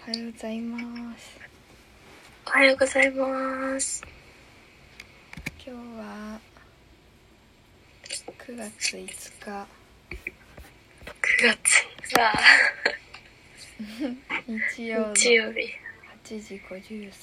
おはようございます。 おはようございます。 今日は9月5日。 9月は日曜の日曜日。 8時53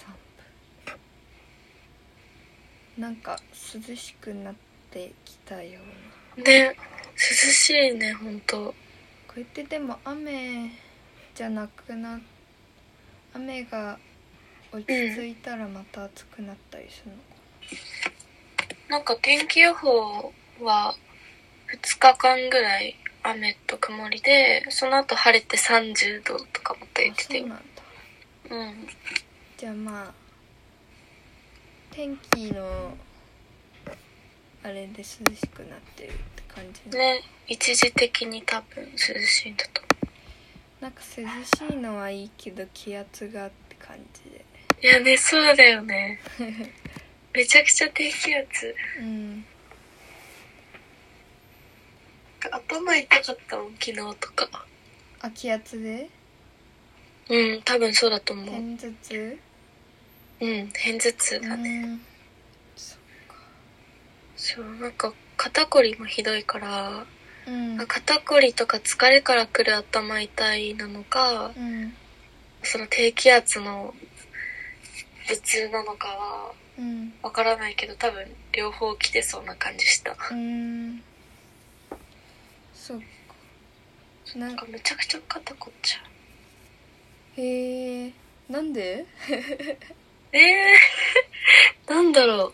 分。なんか涼しくなってきたような。 ね、涼しいね、ほんと。 こうやってでも雨じゃなくな、雨が落ち着いたらまた暑くなったりするのかな。なんか天気予報は2日間ぐらい雨と曇りで、その後晴れて30度とかもと言ってたよ。 そうなんだ。 うん。 じゃあまあ天気のあれで涼しくなってるって感じね、一時的に多分涼しいんだと。 なんか涼しいのはいいけど気圧がって感じで。 いやね、そうだよね。めちゃくちゃ低気圧。 うん。 頭痛かったもん、昨日とか。 あ、気圧で？ うん、多分そうだと思う。 片頭痛？ うん、片頭痛だね。 そっか。 そう、なんか肩こりもひどいから、 うん、 肩こりとか疲れからくる頭痛いなのか、 うん、 その低気圧の頭痛なのかはわからないけど、多分両方来てそうな感じした。 そっか。 なんかめちゃくちゃ肩こっちゃう。へえ、なんで？ なんだろう。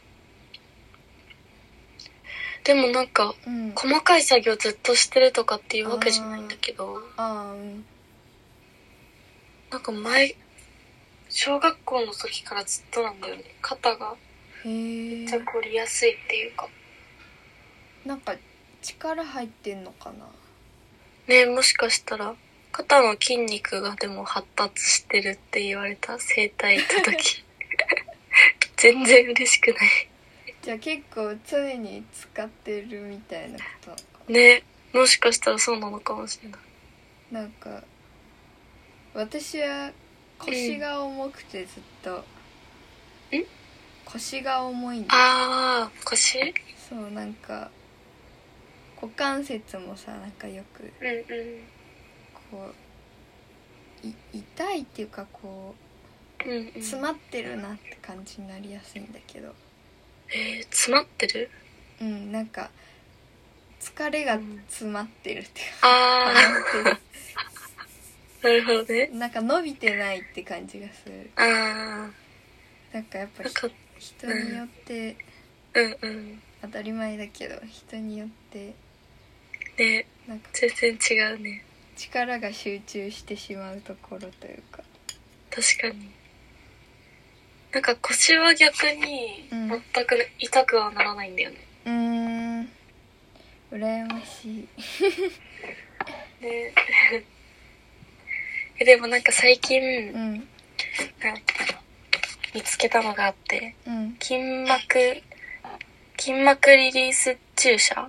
でもなんか、細かい作業ずっとしてるとかっていうわけじゃないんだけど、なんか小学校の時からずっとなんだよね。肩がめっちゃ凝りやすいっていうか。 なんか力入ってんのかな？ ね、もしかしたら肩の筋肉がでも発達してるって言われた。整体行った時全然嬉しくない。 じゃあ結構常に使ってるみたいなことね、もしかしたらそうなのかもしれない。 なんか私は腰が重くてずっと、腰が重いんだ。 あー、腰？ そう、なんか股関節もさ、なんかよくこう痛いっていうかこう、詰まってるなって感じになりやすいんだけど。 詰まってる？ なんか疲れが詰まってるっていうか、なるほどね。 なんか伸びてないって感じがする。なんかやっぱ人によって、当たり前だけど人によってね、なんか全然違うね。 力が集中してしまうところというか。 確かに。なんか腰は逆に全く痛くはならないんだよね。 羨ましいねでもなんか最近、見つけたのがあって、筋膜リリース注射、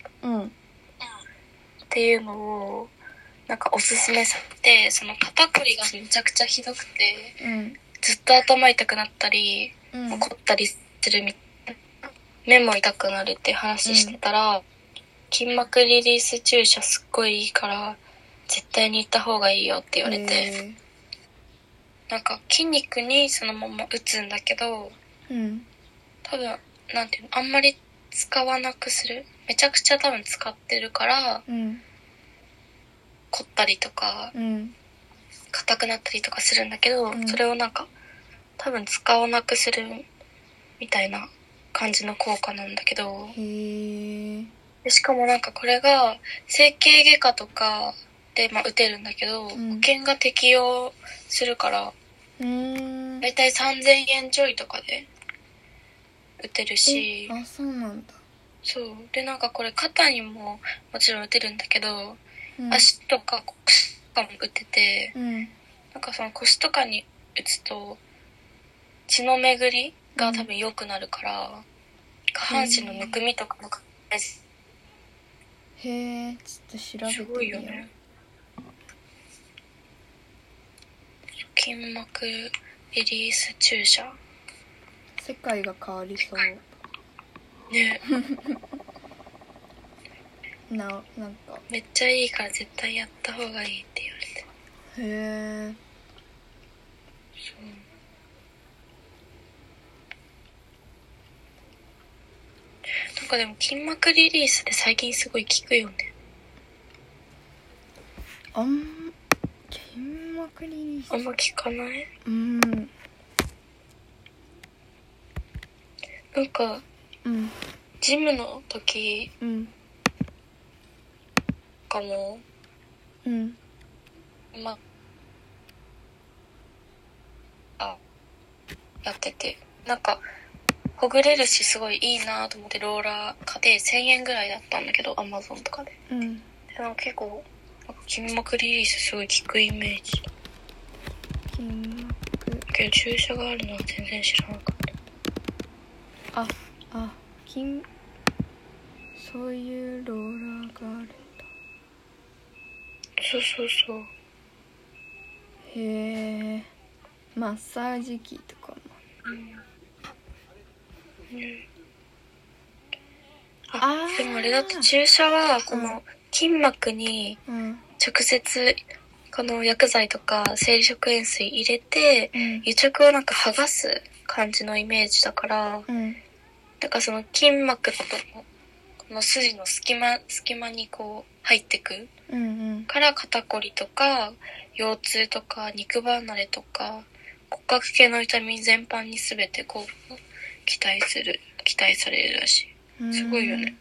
っていうのをなんかおすすめされて、その肩こりがめちゃくちゃひどくて、ずっと頭痛くなったり、凝ったりするみたいな、目も痛くなるって話してたら、筋膜リリース注射すっごいいいから絶対に行った方がいいよって言われて、なんか筋肉にそのまま打つんだけど、多分なんていうの、あんまり使わなくする、めちゃくちゃ多分使ってるから、凝ったりとか、硬くなったりとかするんだけど、それをなんか多分使わなくするみたいな感じの効果なんだけど、でしかもなんかこれが整形外科とかで打てるんだけど、保険が適用するから、だいたい3000円ちょいとかで打てるし。 あ、そうなんだ。 そうで、なんかこれ肩にももちろん打てるんだけど、足とか腰とかも打てて、なんかその腰とかに打つと血の巡りが多分良くなるから、下半身のむくみとかも大事。 へえ、ちょっと調べてみよう。 すごいよね。 筋膜リリース注射。 世界が変わりそうね。 なんかめっちゃいいから絶対やった方がいいって言われて。 へえ。 そうなんかでも筋膜リリースで最近すごい効くよね。 筋膜リリースあんま効かない？なんか、ジムの時かも、やってて、なんかほぐれるしすごいいいなと思ってローラー買って1000円ぐらいだったんだけど、アマゾンとかで。でも結構なんか筋膜リリースすごい効くイメージ。 筋膜けど注射があるのは全然知らなかった。 そういうローラーがあるんだ。 そうそうそう。 へえ。マッサージ機とかも。 でもあれだって注射はこの筋膜に直接この薬剤とか生理食塩水入れて、癒着をなんか剥がす感じのイメージだから、だからその筋膜とこの筋の隙間にこう入ってく、から肩こりとか腰痛とか肉離れとか骨格系の痛み全般に全て効果が期待されるらしい。すごいよね。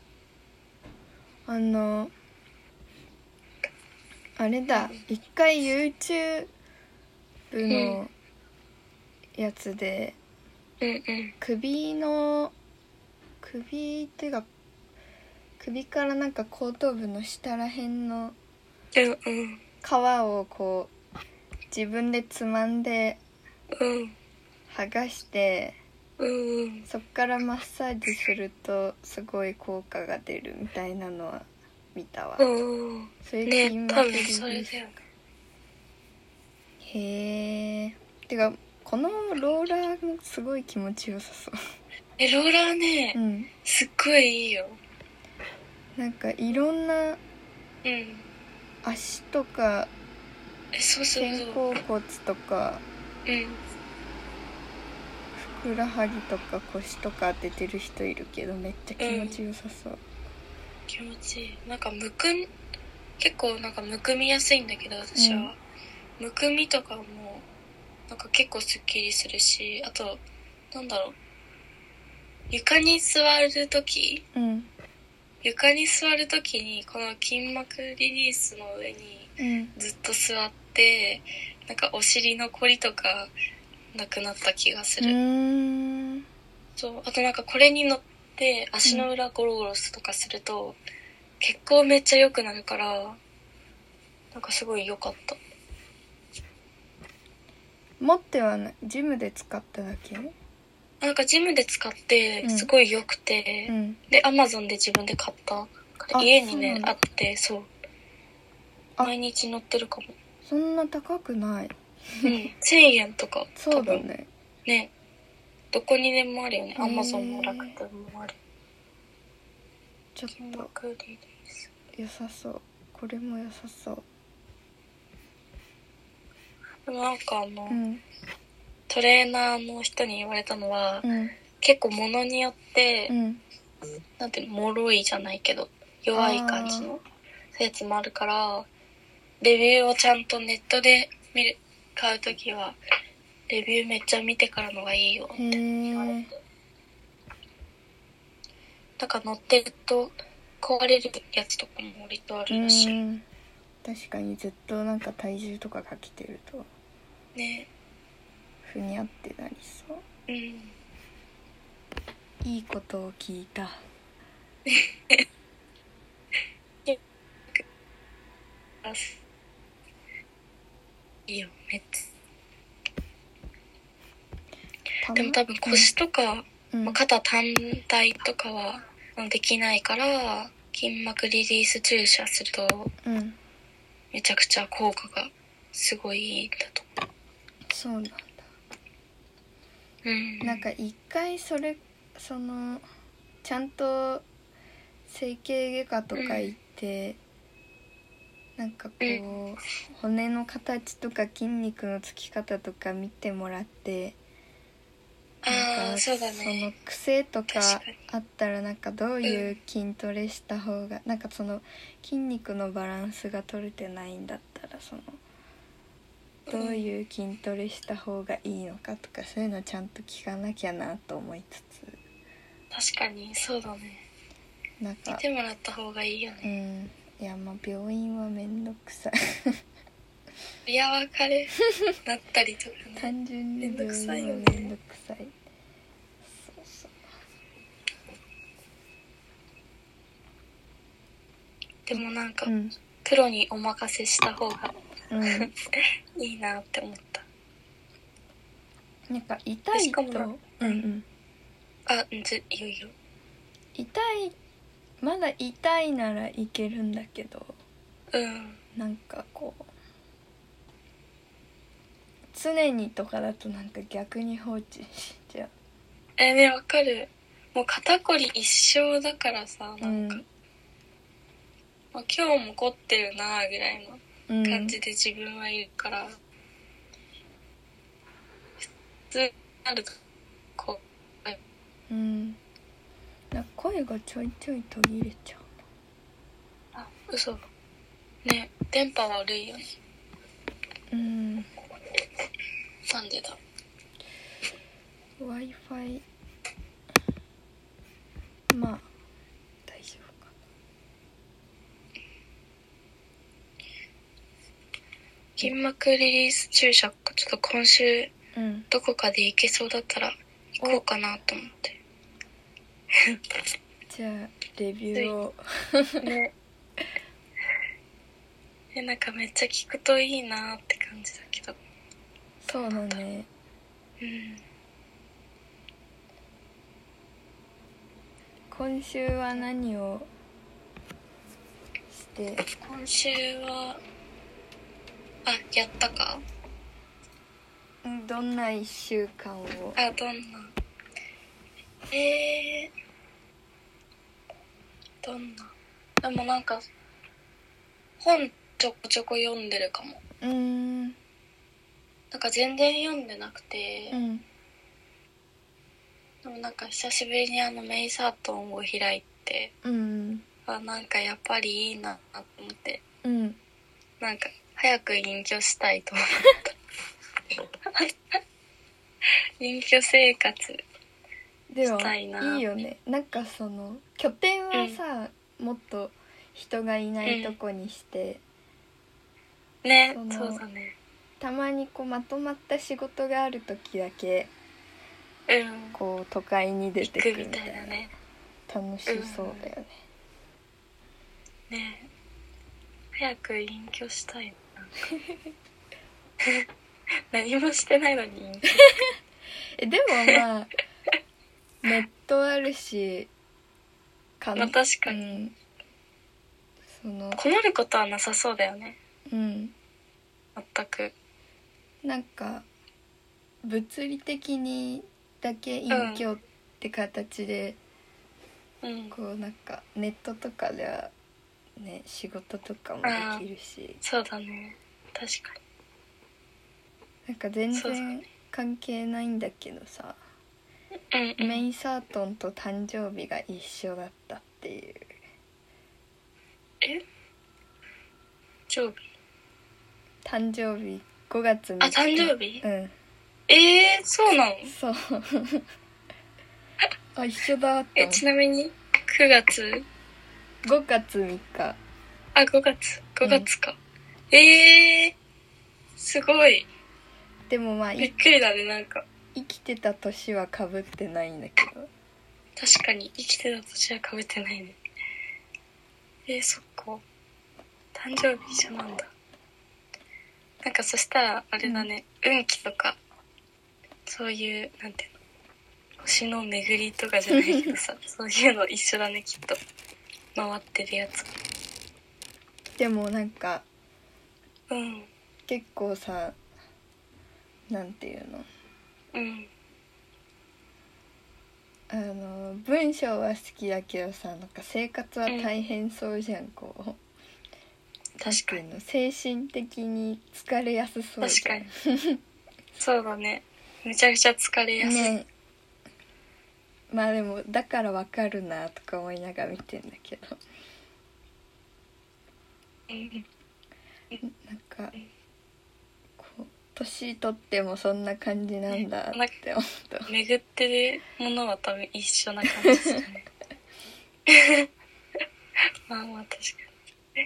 あれだ、一回 YouTube のやつで、首っていうか首からなんか後頭部の下らへんの皮をこう自分でつまんで剥がして、そっからマッサージするとすごい効果が出るみたいなのは見たわ。 それ筋膜リリース。 へえ。てかこのローラーもすごい気持ちよさそう。 ローラーね、すっごいいいよ。 なんかいろんな足とか肩甲骨とかふくらはぎとか腰とか当ててる人いるけどめっちゃ気持ちよさそう。 気持ちいい。なんか結構なんかむくみやすいんだけど私は、むくみとかもなんか結構すっきりするし、あとなんだろう、床に座る時にこの筋膜リリースの上にずっと座って、なんかお尻のこりとかなくなった気がする。そう、あとなんかこれに乗って足の裏ゴロゴロとかすると、血行めっちゃ良くなるから、なんかすごい良かった。 持ってはない、ジムで使っただけ？ なんかジムで使ってすごい良くて、で Amazon で自分で買った家にねあって、そう毎日乗ってるかも。 そんな高くない。 1000円とか。 そうだね。 ね、どこにでもあるよね。Amazon も楽天もある。 ちょっと良さそう。これも良さそう。 でもなんかトレーナーの人に言われたのは、結構物によって、なんていうの、脆いじゃないけど弱い感じのそういうやつもあるから、レビューをちゃんとネットで買うときはレビューめっちゃ見てからのがいいよって言われて。なんか乗ってると壊れるやつとかも割とあるらしい。 確かにずっとなんか体重とかが来てるとね、 ふにゃってなりそう。いいことを聞いた。 いいよ、めっちゃ。でも多分腰とか、肩単体とかはできないから、筋膜リリース注射すると、めちゃくちゃ効果がすごいいいんだと。 そうなんだ。 うんなんか一回そのちゃんと整形外科とか行って、なんかこう骨の形とか筋肉のつき方とか見てもらって、なんかそうだね、 その癖とかあったらなんかどういう筋トレした方が、なんかその筋肉のバランスが取れてないんだったらそのどういう筋トレした方がいいのかとか、そういうのちゃんと聞かなきゃなと思いつつ、確かにそうだね。 なんか見てもらった方がいいよね。 いや、まあ病院はめんどくさいいや、分かるなったりとかね、 単純に病院はめんどくさい。そうそう。 でもなんか、プロにお任せした方がいいなって思った。 なんか痛いと、いよいよ。 まだ痛いならいけるんだけど、なんかこう常にとかだとなんか逆に放置しちゃう。 ね、わかる。もう肩こり一生だからさ、なんか、まあ、今日も凝ってるなぐらいの感じで自分はいるから、普通になるとこう、 なんか声がちょいちょい途切れちゃう。 あ、嘘ね、電波悪いよね。なんでだ。 Wi-Fi まあ大丈夫かな。 筋膜リリース注射ちょっと今週、どこかで行けそうだったら行こうかなと思ってじゃあレビューをねなんかめっちゃ聞くといいなって感じだけど。 そうだね。今週は何をして？ 今週はやったか？ どんな1週間を？ どんなどんなでもなんか本ちょこちょこ読んでるかも。なんか全然読んでなくて、でもなんか久しぶりにメイサートンを開いて、なんかやっぱりいいなと思って、なんか早く隠居したいと思った隠居生活したいな。 でもいいよね。なんかその拠点はさ、もっと人がいないとこにして、 ね、そうだね。 たまにこうまとまった仕事がある時だけ、こう都会に出てくみたいな、ね、楽しそうだよね。 ね、早く隠居したいな。何もしてないのに隠居でもまあネットあるしまあ確かに、困ることはなさそうだよね。全く。 なんか物理的にだけ隠居って形で、こうなんかネットとかではね仕事とかもできるし。 そうだね、確かに。 なんか全然関係ないんだけどさ、メイサートンと誕生日が一緒だったっていう。誕生日5月3日。 誕生日？そうなの？ そう一緒だって。 ちなみに9月 5月3日。 5月か。すごい。 でもまあびっくりだね。なんか生きてた年は被ってないんだけど。 確かに生きてた年は被ってないね。そっか。誕生日一緒なんだ。なんかそしたらあれだね、運気とかそういうなんていうの、星の巡りとかじゃないけどさそういうの一緒だね、きっと回ってるやつ。 でもなんか結構さ、 なんていうの、 うん、 文章は好きだけどさ、なんか生活は大変そうじゃん、こう確かに精神的に疲れやすそうじゃん。 確かにそうだね、めちゃくちゃ疲れやすいね。 まあでもだからわかるなとか思いながら見てんだけど、なんかこう年取ってもそんな感じなんだって思った。 巡ってるものは多分一緒な感じするねまあまあ確かに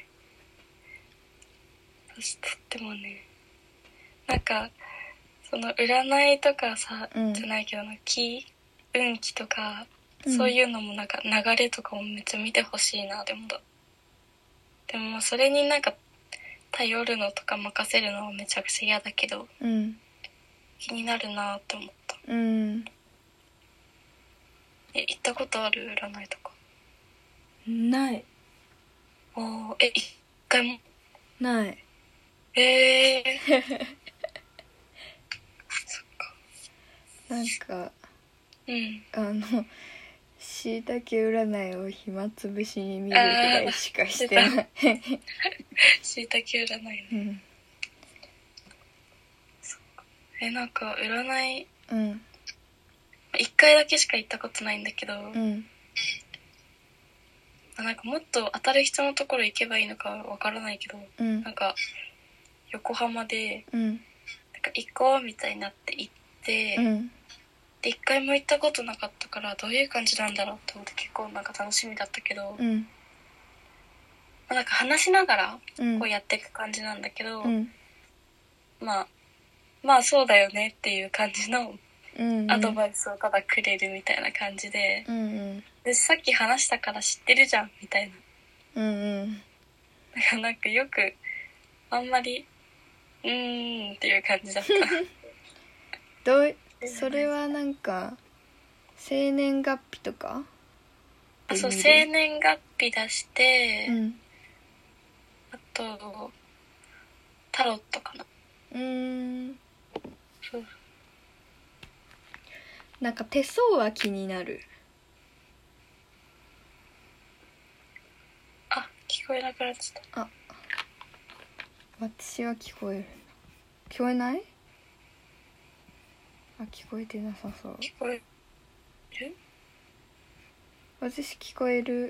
年取ってもね、なんかその占いとかさ、じゃないけどな、運気とか、そういうのもなんか流れとかもめっちゃ見てほしいな。でもそれになんか頼るのとか任せるのはめちゃくちゃ嫌だけど、気になるなって思った。行ったことある占いとか？ ない。 一回もない。 そっか。 なんかしいたけ占いを暇つぶしに見るぐらいしかしてないしいたけ占いね、そっか。なんか占い一回だけしか行ったことないんだけど、なんかもっと当たる人のところ行けばいいのかわからないけど、なんか横浜で、なんか行こうみたいになって行って、で一回も行ったことなかったからどういう感じなんだろうって思って結構なんか楽しみだったけど、なんか話しながらこうやっていく感じなんだけど、まあそうだよねっていう感じのアドバイスをただくれるみたいな感じで、でさっき話したから知ってるじゃんみたいな、なんかよくあんまりっていう感じだったそれはなんか生年月日とか？ そう、生年月日出して、あとタロットかな。そう。 なんか手相は気になる。 聞こえなくなっちゃった。 私は聞こえる。聞こえない？聞こえてなさそう。 聞こえる？ 私聞こえる。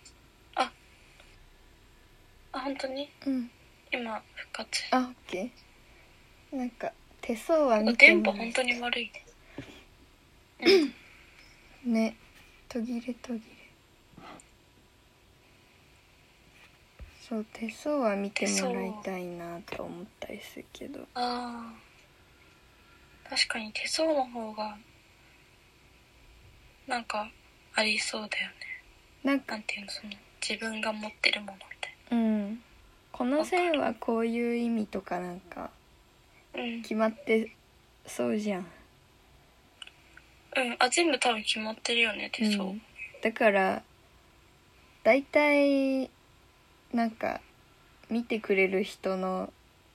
本当に？今復活。 オッケー。なんか手相は見ても電波本当に悪いね。ね、途切れ。そう、手相は見てもらいたいなと思ったりするけど。 確かに手相の方がなんかありそうだよね。なんていうの、その自分が持ってるものみたいな。 この線はこういう意味とかなんか決まってそうじゃん。 全部多分決まってるよね、手相。 だからだいたいなんか見てくれる人の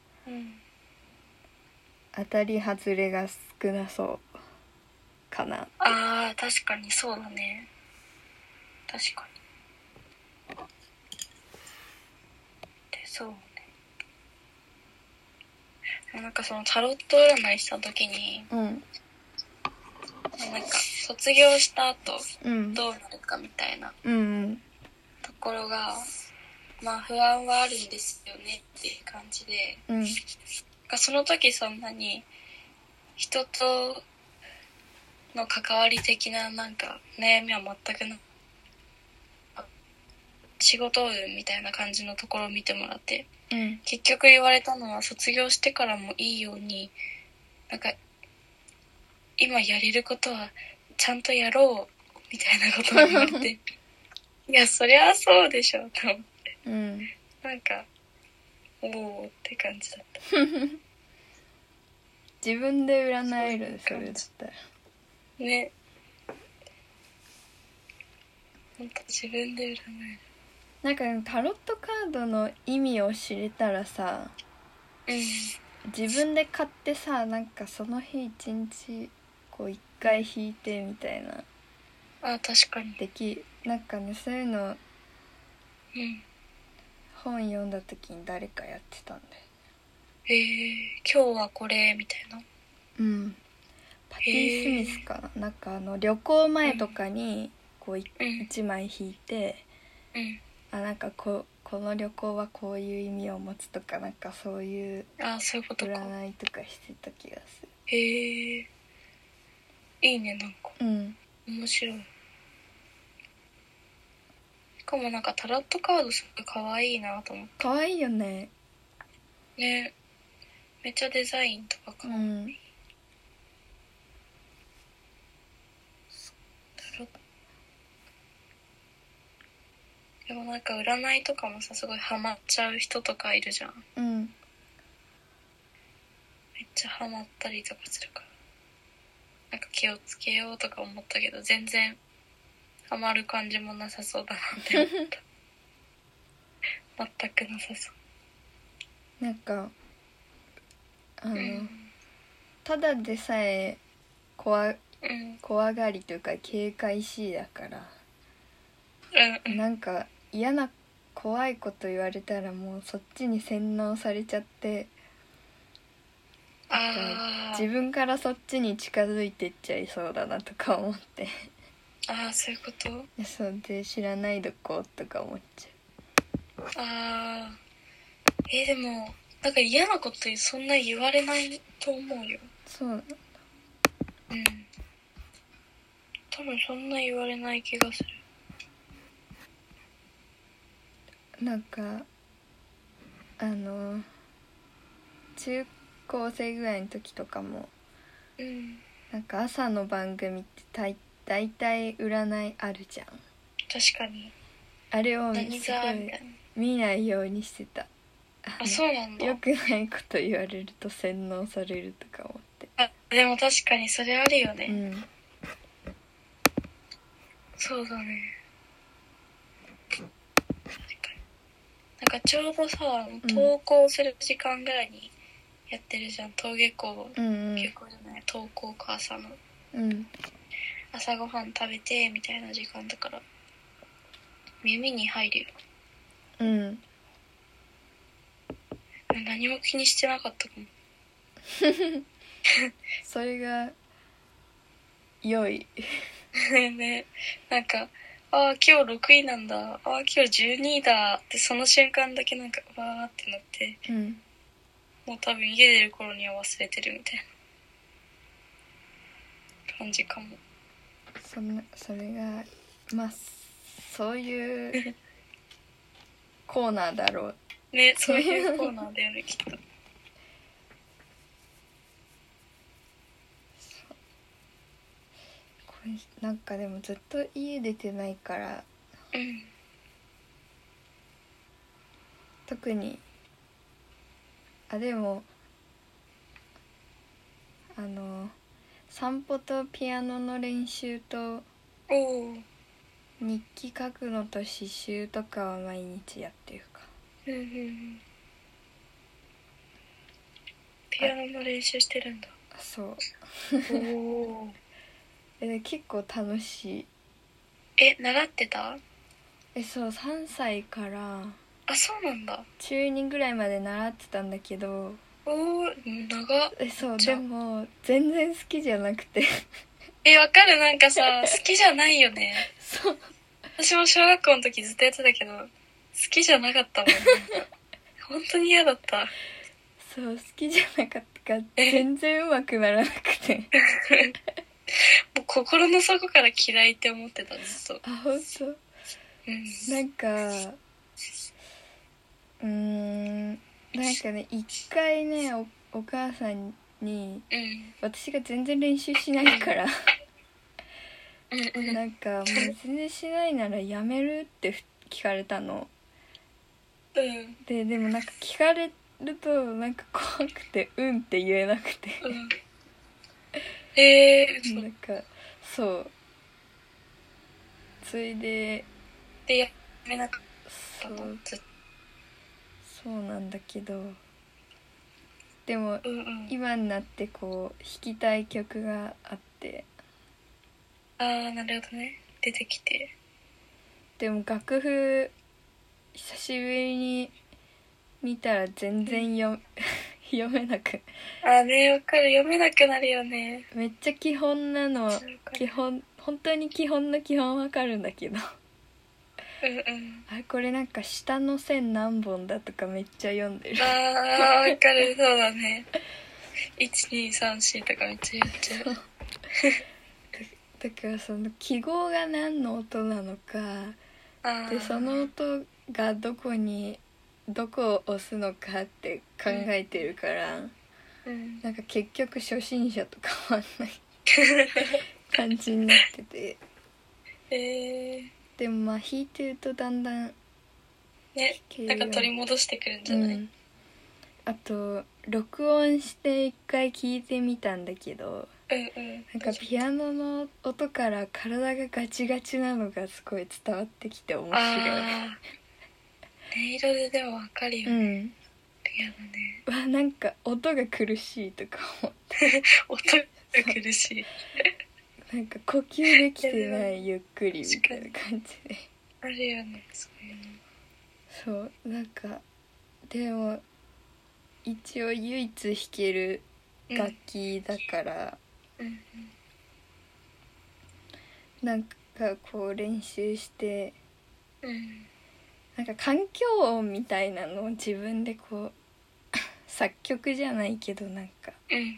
当たり外れが少なそうかな。 確かにそうだね。確かに。手相ね。なんかそのタロット占いした時に、なんか卒業した後、どうなるかみたいなところが、まあ不安はあるんですよねっていう感じで、その時そんなに人との関わり的ななんか悩みは全くなく、仕事運みたいな感じのところを見てもらって、結局言われたのは卒業してからもいいように、なんか今やれることはちゃんとやろうみたいなことを言われていやそりゃそうでしょと思って、なんかおーって感じだった自分で占える、それだったらね。ほんと自分で占える。 なんかタロットカードの意味を知れたらさ、 自分で買ってさ、なんかその日一日こう一回引いてみたいな。 あ、確かに。 なんかね、そういうの、 うん、 本読んだ時に誰かやってたんだよ。 今日はこれみたいな。 うん。パティ・スミスかな。なんか旅行前とかにこう一枚引いて、なんかこの旅行はこういう意味を持つとか、なんかそういう占いとかしてた気がする。 へえ、いいね、なんか。うん。面白い。しかもなんかタロットカードすごい可愛いなと思って。 可愛いよね。 ね、めっちゃデザインとか可愛い。うん、でもなんか占いとかもさ、すごいハマっちゃう人とかいるじゃん。うん。めっちゃハマったりとかするから、なんか気をつけようとか思ったけど、全然ハマる感じもなさそうだなって思った全くなさそう。 なんかただでさえ怖がりというか警戒しいだから、なんか嫌な怖いこと言われたらもうそっちに洗脳されちゃって、自分からそっちに近づいてっちゃいそうだなとか思って。 そういうこと？ そうで、知らないどことか思っちゃう。でもなんか嫌なことそんな言われないと思うよ。 そうなんだ。 うん、多分そんな言われない気がする。 なんか中高生ぐらいの時とかも、なんか朝の番組って大体占いあるじゃん。 確かに。 あれをすごい見ないようにしてた。 そうなんだ。 よくないこと言われると洗脳されるとか思って。 でも確かにそれあるよね。うん。そうだね。なんかちょうどさ、登校する時間ぐらいにやってるじゃん、登下校、下校じゃない、登校か朝の、朝ごはん食べてみたいな時間だから耳に入るよ。何も気にしてなかったかも。 それが良い。 ね、なんか今日6位なんだ、今日12位だってその瞬間だけなんかわーってなって、もう多分家出る頃には忘れてるみたいな感じかも。 それがまあそういうコーナーだろうね。そういうコーナーだよねきっと。 なんかでもずっと家出てないから、特にでも散歩とピアノの練習と日記書くのと刺繍とかは毎日やってるか。 ピアノの練習してるんだ。 そう結構楽しい。 習ってた？ そう、3歳からそうなんだ。 中2ぐらいまで習ってたんだけど、 長っ。 そう、でも全然好きじゃなくてわかる。なんかさ好きじゃないよね。 そう、 私も小学校の時ずっとやってたけど好きじゃなかったもん。本当に嫌だった。 そう、好きじゃなかったから全然うまくならなくてもう心の底から嫌いって思ってた、ずっと。 本当？なんかなんかね、一回ね、お母さんに、私が全然練習しないからなんかもう全然しないならやめるって聞かれたの。でもなんか聞かれるとなんか怖くてって言えなくてなんかそうそれでやめなかったの。 そうなんだけど、 でも、今になってこう弾きたい曲があって、 ああなるほどね、出てきて。 でも楽譜久しぶりに見たら全然読めなく。 あね、わかる、読めなくなるよね。 めっちゃ基本なの、本当に基本の基本わかるんだけどあ、これなんか下の線何本だとかめっちゃ読んでる。 あーわかる、そうだね1234とかめっちゃやっちゃうだからその記号が何の音なのかで、その音がどこを押すのかって考えてるから、なんか結局初心者と変わんない感じになっててでもまあ弾いてるとだんだんね、なんか取り戻してくるんじゃない、 あと録音して一回聞いてみたんだけど、なんかピアノの音から体がガチガチなのがすごい伝わってきて面白い。 音色ででも分かるよね、ピアノね。 なんか音が苦しいとか思って音が苦しいなんか呼吸できてないゆっくりみたいな感じであるよね、そういうの。 そう、なんかでも一応唯一弾ける楽器だから、なんかこう練習して、なんか環境音みたいなのを自分でこう作曲じゃないけどなんか、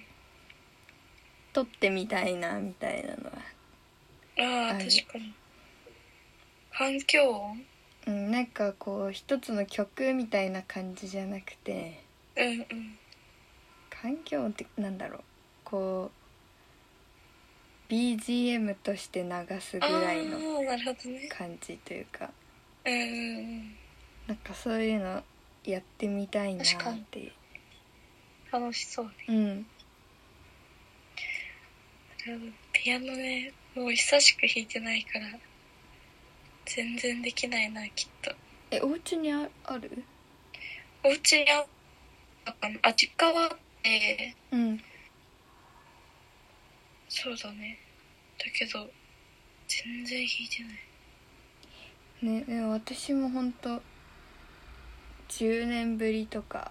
撮ってみたいなみたいなのはある。確かに環境音、 なんかこう一つの曲みたいな感じじゃなくて、環境音ってなんだろう、こう BGM として流すぐらいの感じというか、なんかそういうのやってみたいなっていう。 楽しそうね。ピアノね、もう久しく弾いてないから全然できないな、きっと。 お家にある？ お家にあ実家はあって、そうだね。だけど全然弾いてないね。でも私もほんと10年ぶりとか、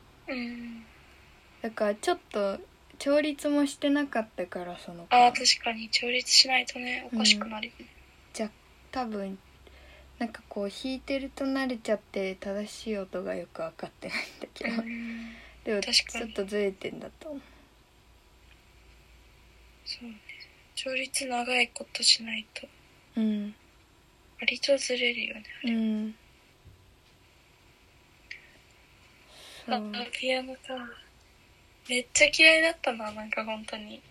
だからちょっと調律もしてなかったから、その確かに調律しないとね、おかしくなるよね。 じゃ多分なんかこう弾いてると慣れちゃって正しい音がよく分かってないんだけど、でもちょっとずれてんだと思う。 そうね、調律長いことしないと割とずれるよね、ピアノか。めっちゃ嫌いだったな、なんか本当に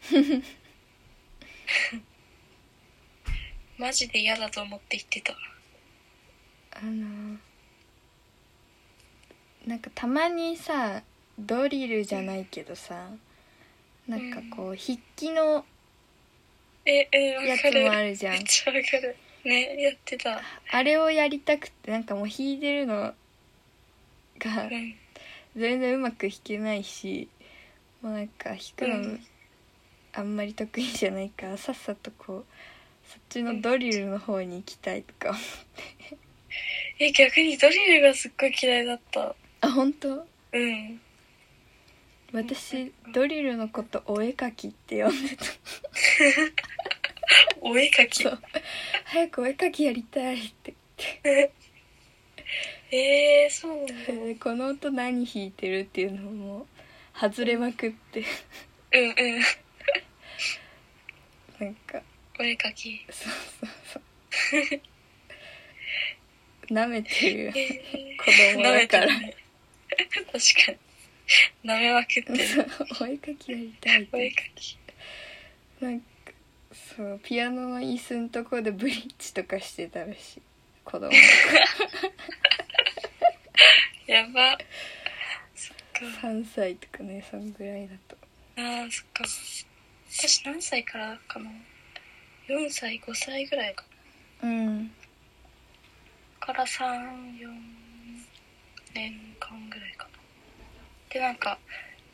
マジで嫌だと思って言ってた。 なんかたまにさ、ドリルじゃないけどさ、なんかこう筆記のやつもあるじゃん。 めっちゃわかるね、やってた。 あれをやりたくて、なんかもう弾いてるのが全然うまく弾けないし、もうなんか弾くのあんまり得意じゃないから、さっさとこうそっちのドリルの方に行きたいとか思って逆にドリルがすっごい嫌いだった。 本当？私ドリルのことお絵描きって呼んでたお絵描き？ そう早くお絵描きやりたいって言ってそうなんだ。 この音何弾いてるっていうのも外れまくってなんかお絵描き、 そう舐めてる子供だから、 ね、確かに舐めまくってるお絵描きやりたいってお絵描き、 なんかそうピアノの椅子のとこでブリッジとかしてたらしい、子供やば、そっか、 3歳とかね、そんぐらいだと。 そっか。私何歳からかな、4歳5歳ぐらいかな、から3、4年間ぐらいかな。でなんか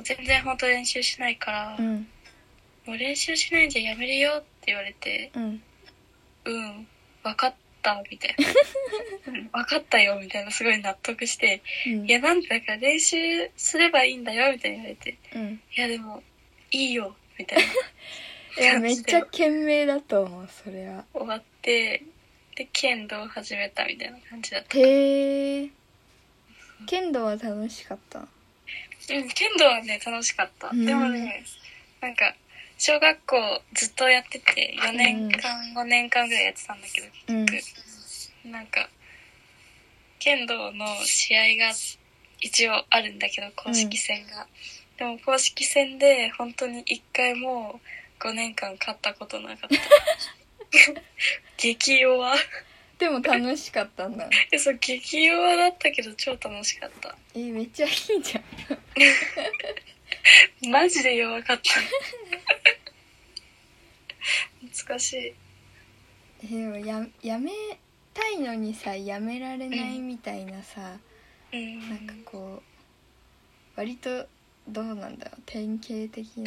全然本当練習しないから、もう練習しないんじゃやめるよって言われて、分かったみたいな分かったよみたいな、すごい納得して、いやなんでだから練習すればいいんだよみたいに言われて、いやでもいいよみたいな。 いやめっちゃ懸命だと思う。それは終わって、で剣道を始めたみたいな感じだった。 へえ。剣道は楽しかった？ 剣道はね楽しかった。でもね、なんか小学校ずっとやってて4年間、5年間ぐらいやってたんだけど、結局、なんか剣道の試合が一応あるんだけど、公式戦が、でも公式戦で本当に1回も5年間勝ったことなかった激弱。 でも楽しかったんだ。 そう激弱だったけど超楽しかった。 めっちゃいいじゃんマジで弱かった懐かしい。 でもやめたいのにさ、やめられないみたいなさ、なんかこう割とどうなんだろう、典型的な、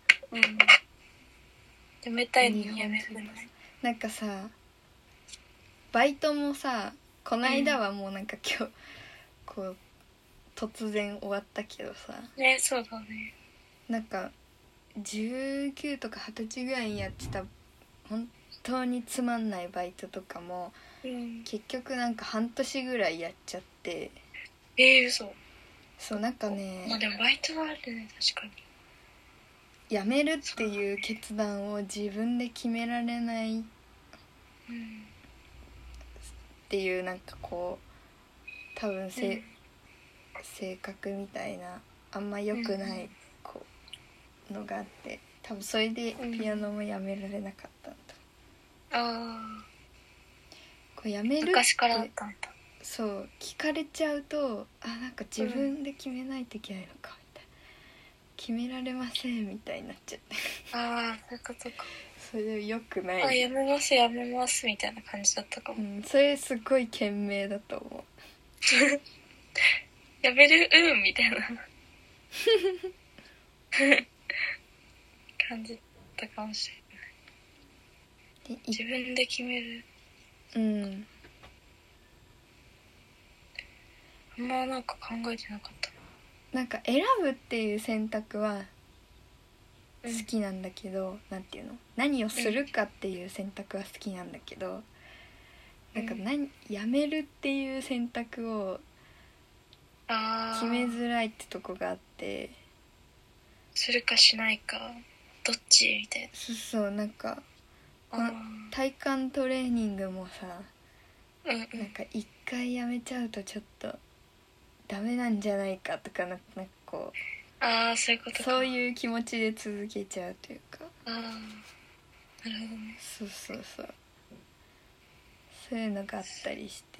やめたいのにやめれない。 なんかさ、バイトもさ、こないだはもうなんか今日こう突然終わったけどさ、 ね、そうだね。 なんか19とか20歳ぐらいにやってた本当につまんないバイトとかも、結局なんか半年ぐらいやっちゃって。 嘘。 そうなんかね、 まあでもバイトはあるね、確かに。 やめるっていう決断を自分で決められない、っていうなんかこう多分性格みたいなあんま良くないこうのがあって、多分それでピアノもやめられなかったんだ。こうやめるって昔からあったんだ。 そう聞かれちゃうと、なんか自分で決めないといけないのかみたいな、決められませんみたいになっちゃってそういうことか。 それで良くない。 やめますみたいな感じだったかも。それすごい懸命だと思うやめるみたいな感じだったかもしれない。自分で決める。あんまなんか考えてなかった。 なんか選ぶっていう選択は好きなんだけど、なんていうの、何をするかっていう選択は好きなんだけど、なんかやめるっていう選択を決めづらいってとこがあって、 するかしないかどっちみたいな。 そうなんか体幹トレーニングもさ、なんか一回やめちゃうとちょっとダメなんじゃないかとか、なんかこうそういうことか。 そういう気持ちで続けちゃうというか。 なるほどね。 そうそういうのがあったりして、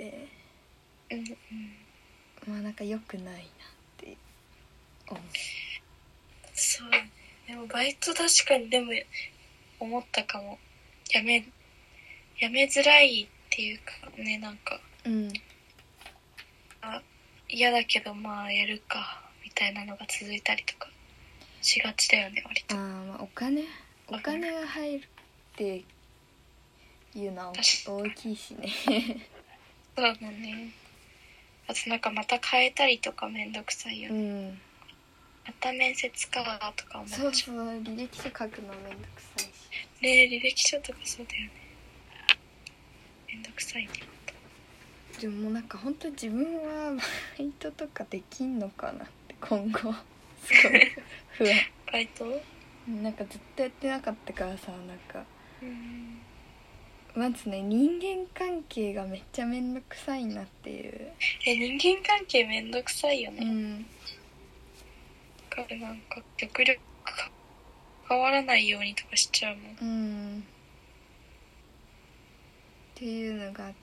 まあなんか良くないなって思う。 そうね。でもバイト確かにでも思ったかも。やめづらいっていうかね、なんか嫌だけどまあやるかみたいなのが続いたりとかしがちだよね、割と。 まあお金が入るっていうのは大きいしねそうだね。あとなんかまた変えたりとかめんどくさいよね。また面接かとか思っちゃう。 そう履歴書書くのめんどくさいしね。履歴書とかそうだよね。めんどくさいね。 でもなんか本当に自分はバイトとかできんのかなって今後すごい不安バイトなんかずっとやってなかったからさ、なんかまずね、人間関係がめっちゃめんどくさいなっていう。 人間関係めんどくさいよね。なんか極力関わらないようにとかしちゃうもん。 っていうのがあって、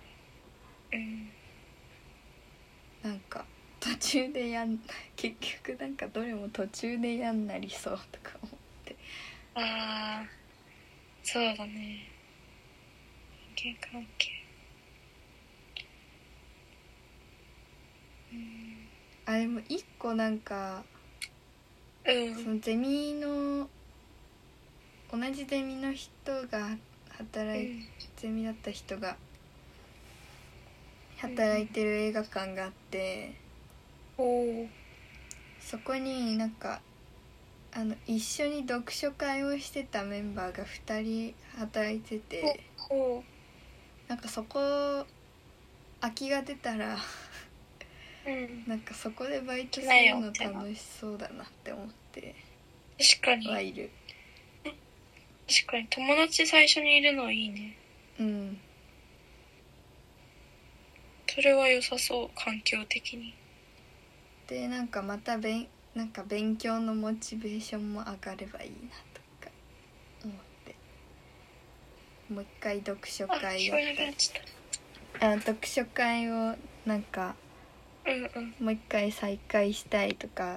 なんか途中で結局なんかどれも途中で嫌になりそうとか思って。 そうだね。人間関係。 でも一個なんかそのゼミの同じゼミの人がゼミだった人が働いてる映画館があって、そこになんか一緒に読書会をしてたメンバーが2人働いてて、なんかそこ空きが出たらなんかそこでバイトするの楽しそうだなって思ってはいる。 確かに友達最初にいるのいいね。それは良さそう、環境的に。 でなんかまたなんか勉強のモチベーションも上がればいいなとか思って、もう一回読書会やったり、読書会をなんか、もう一回再開したいとか、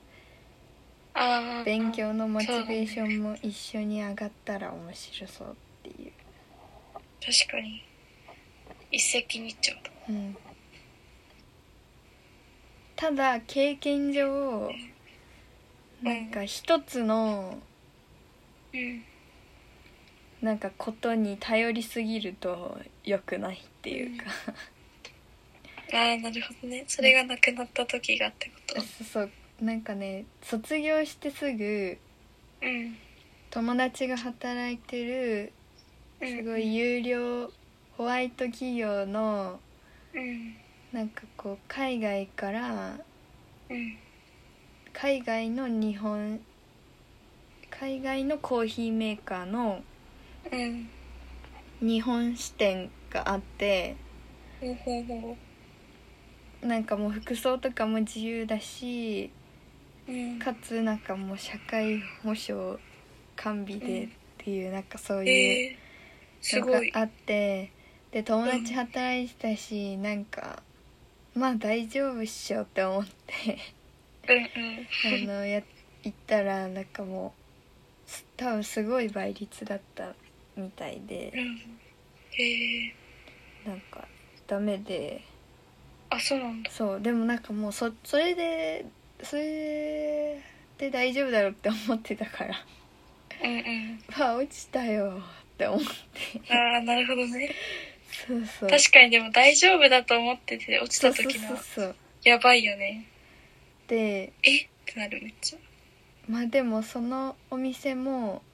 勉強のモチベーションも一緒に上がったら面白そうっていう。 確かに一石二鳥だ。 ただ経験上なんか一つのなんかことに頼りすぎると良くないっていうか、 なるほどね。それがなくなった時がってこと。 そうなんかね、卒業してすぐ友達が働いてるすごい有料ホワイト企業のなんかこう海外から海外のコーヒーメーカーの日本支店があって、なんかもう服装とかも自由だし、かつなんかもう社会保障完備でっていう、なんかそういうのがあって、で友達働いてたし、なんかまあ大丈夫っしょって思って行ったらなんかもう多分すごい倍率だったみたいで、なんかダメで。 そうなんだ。 そうでもなんかもうそれで大丈夫だろうって思ってたから落ちたよって思ってなるほどね。 そう確かに。でも大丈夫だと思ってて落ちた時のやばいよね。 でってなる、めっちゃ。 まあでもそのお店も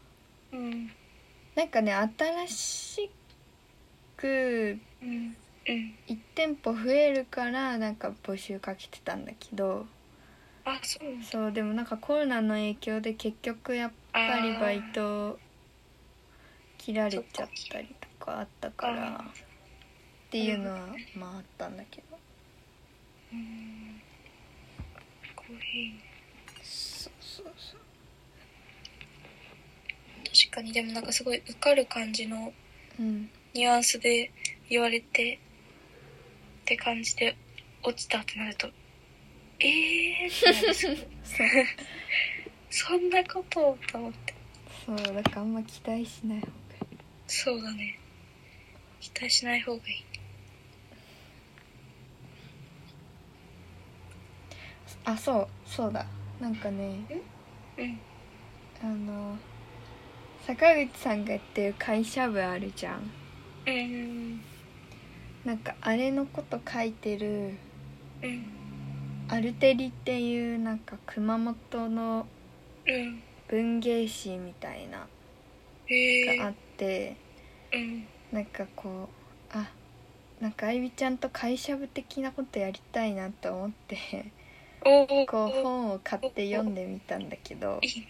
なんかね、新しく1店舗増えるからなんか募集かけてたんだけど、そうでもなんかコロナの影響で結局やっぱりバイト切られちゃったりとかあったからっていうのはまああったんだけど、そう確かに。でもなんかすごい受かる感じのニュアンスで言われてって感じで落ちたってなるとってなる。そんなことと思って。 そうだからあんま期待しない方がいい。 そうだね、期待しない方がいい。そうだ、なんかね坂口さんがやってる会社部あるじゃん。なんかあれのこと書いてるアルテリっていうなんか熊本の文芸誌みたいながあって、なんかこうなんかあいびちゃんと会社部的なことやりたいなと思ってこう本を買って読んでみたんだけど、 いいね。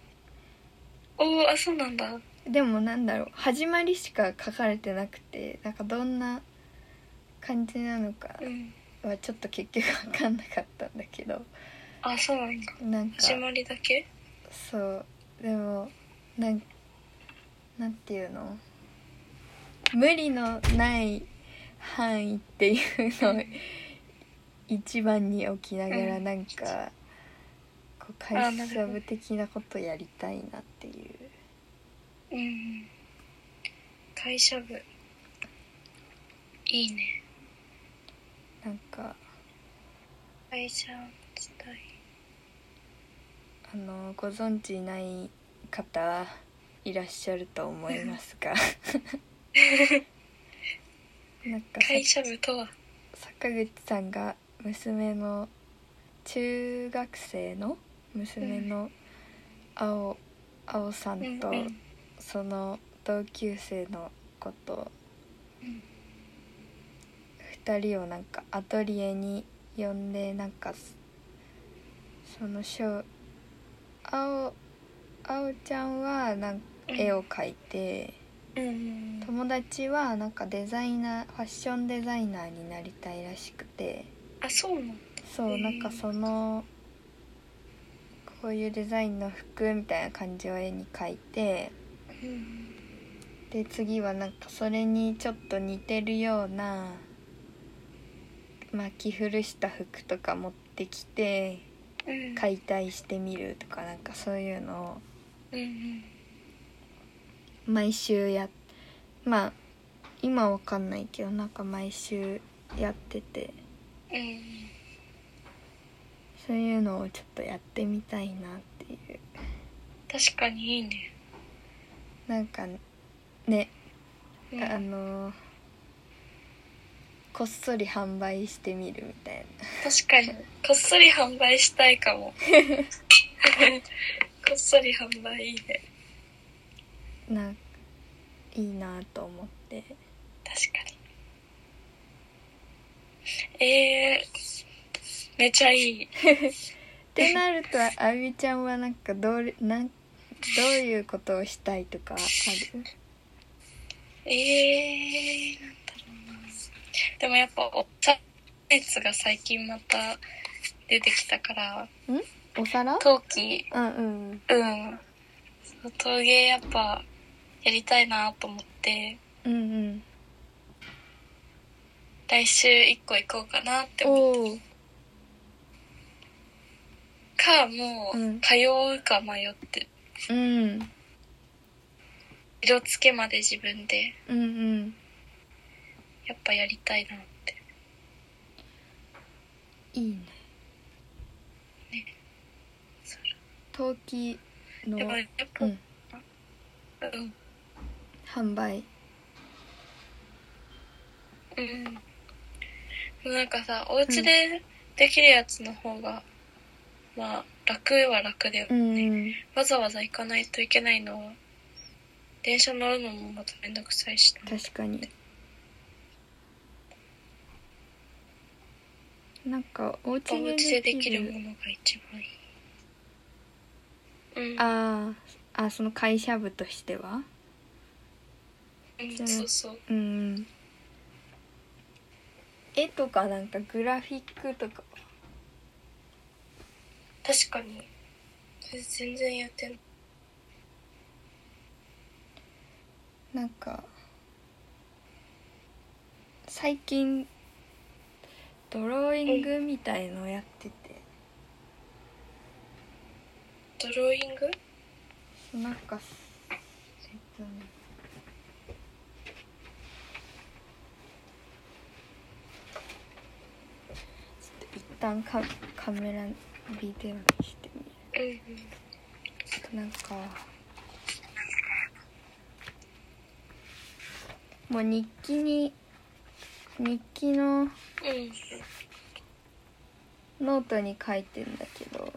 そうなんだ。 でもなんだろう、始まりしか書かれてなくて、なんかどんな感じなのかはちょっと結局分かんなかったんだけど、 そうなんだ。なんか始まりだけ。 そうでもなんていうの、無理のない範囲っていうのを一番に置きながら、なんかこう会社部的なことやりたいなっていう。 会社部いいね。なんか会社自体ご存知ない方いらっしゃると思いますがなんか会社部とは坂口さんが娘の中学生の娘の青さんとその同級生の子と2人をなんかアトリエに呼んで、なんかその青ちゃんはなんか絵を描いて、友達はなんかファッションデザイナーになりたいらしくて、 そうなんだ。 そうなんかこういうデザインの服みたいな感じを絵に描いて、で次はなんかそれにちょっと似てるような着古した服とか持ってきて解体してみるとか、なんかそういうのを毎週今わかんないけどなんか毎週やってて、そういうのをちょっとやってみたいなっていう。 確かにいいね。 なんかね、こっそり販売してみるみたいな。 確かにこっそり販売したいかもこっそり販売いいね。 いいなと思って。 確かに。めちゃいいってなるとあみちゃんはなんかどういうことをしたいとかある？ なんだろうな。でもやっぱお皿熱が最近また出てきたから。 お皿？ 陶器。陶芸やっぱやりたいなと思って。来週1個行こうかなって思って。もう通うか迷ってる。色付けまで自分で。やっぱやりたいなって。 いいね。陶器の販売。 なんかさ、お家でできるやつの方が楽は楽だよね。わざわざ行かないといけないのは電車乗るのもまためんどくさいし。 確かに。なんかお家でできるものが一番いい。 その会社部としては？ そう。 絵とかなんかグラフィックとか。 確かに。全然やってない。 なんか最近ドローイングみたいのやってて。 ドローイング？ なんか一旦カメラビデオにしてみる。なんかもう日記のノートに書いてんだけど、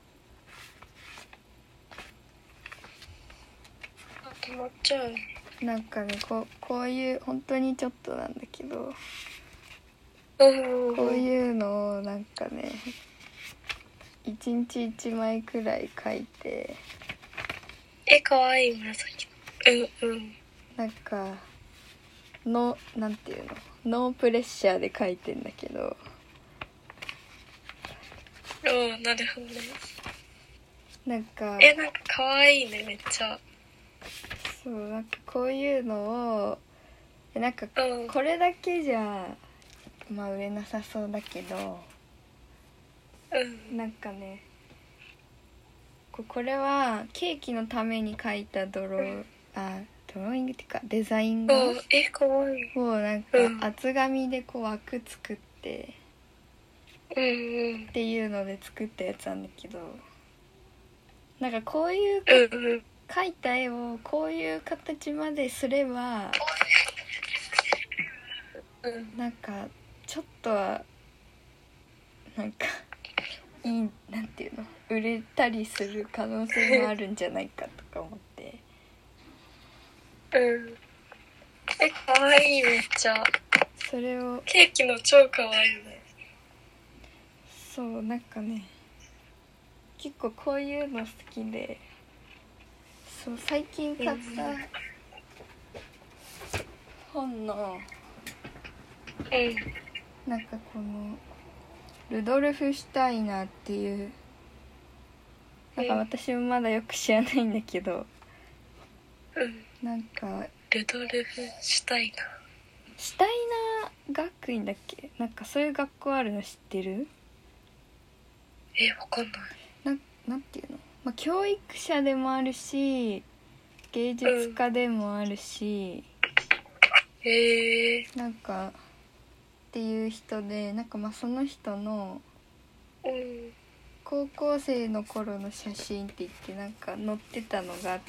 止まっちゃう。 なんかね、こういう本当にちょっとなんだけど、こういうのをなんかね1日1枚くらい書いて。 かわいい紫。 なんかなんていうの、ノープレッシャーで書いてんだけど。 なるほどね。 なんかかわいいね、めっちゃ。 そう、なんかこういうのをなんかこれだけじゃ売れなさそうだけど、なんかね、これはケーキのために描いたドローイングっていうかデザイン画かわいい。 をなんか厚紙で枠作ってっていうので作ったやつなんだけど、 なんかこういう描いた絵をこういう形まですればなんかちょっとはなんかいい、なんていうの、売れたりする可能性もあるんじゃないかとか思ってかわいい。めっちゃそれをケーキの超かわいいね。 そうなんかね結構こういうの好きで、そう最近買った本のなんかこのルドルフ・シュタイナーっていうなんか私もまだよく知らないんだけど、なんかルドルフ・シュタイナーシュタイナー学院だっけ、なんかそういう学校あるの知ってる？ わかんない。 なんていうの、まあ、教育者でもあるし芸術家でもあるし、なんかっていう人で、なんかまあその人の高校生の頃の写真って言ってなんか載ってたのがあって、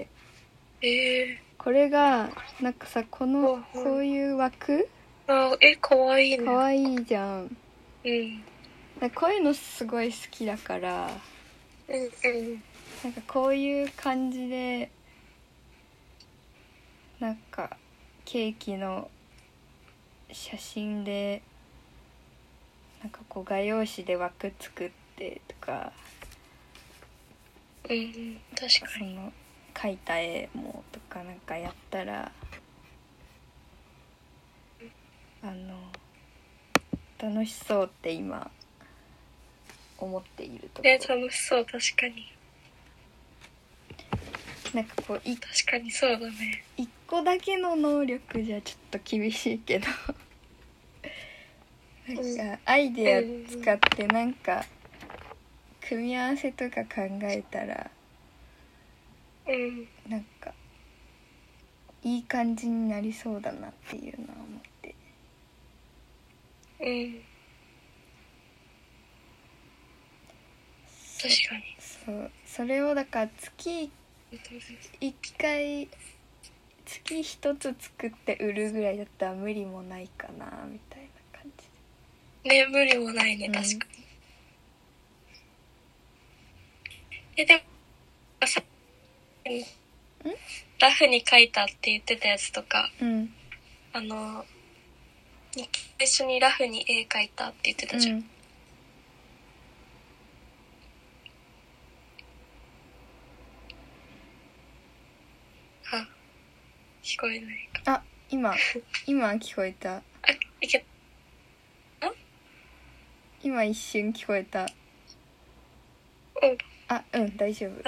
これがなんかさこういう枠かわいいね。 かわいいじゃん。こういうのすごい好きだから、なんかこういう感じでなんかケーキの写真でなんかこう画用紙で枠作ってとか、 確かにその描いた絵もとかなんかやったら楽しそうって今思っているところ。 楽しそう。確かになんかこう確かにそうだね。 一個だけの能力じゃちょっと厳しいけどなんかアイデア使ってなんか組み合わせとか考えたらなんかいい感じになりそうだなっていうのは思って、 確かにそうそれをだから月1回月1つ作って売るぐらいだったら無理もないかなみたいな感じね。無理もないね、確かに。でもさラフに描いたって言ってたやつとか、一緒にラフに絵描いたって言ってたじゃん。聞こえないか。 今聞こえた。 いけた？ 今一瞬聞こえた。大丈夫。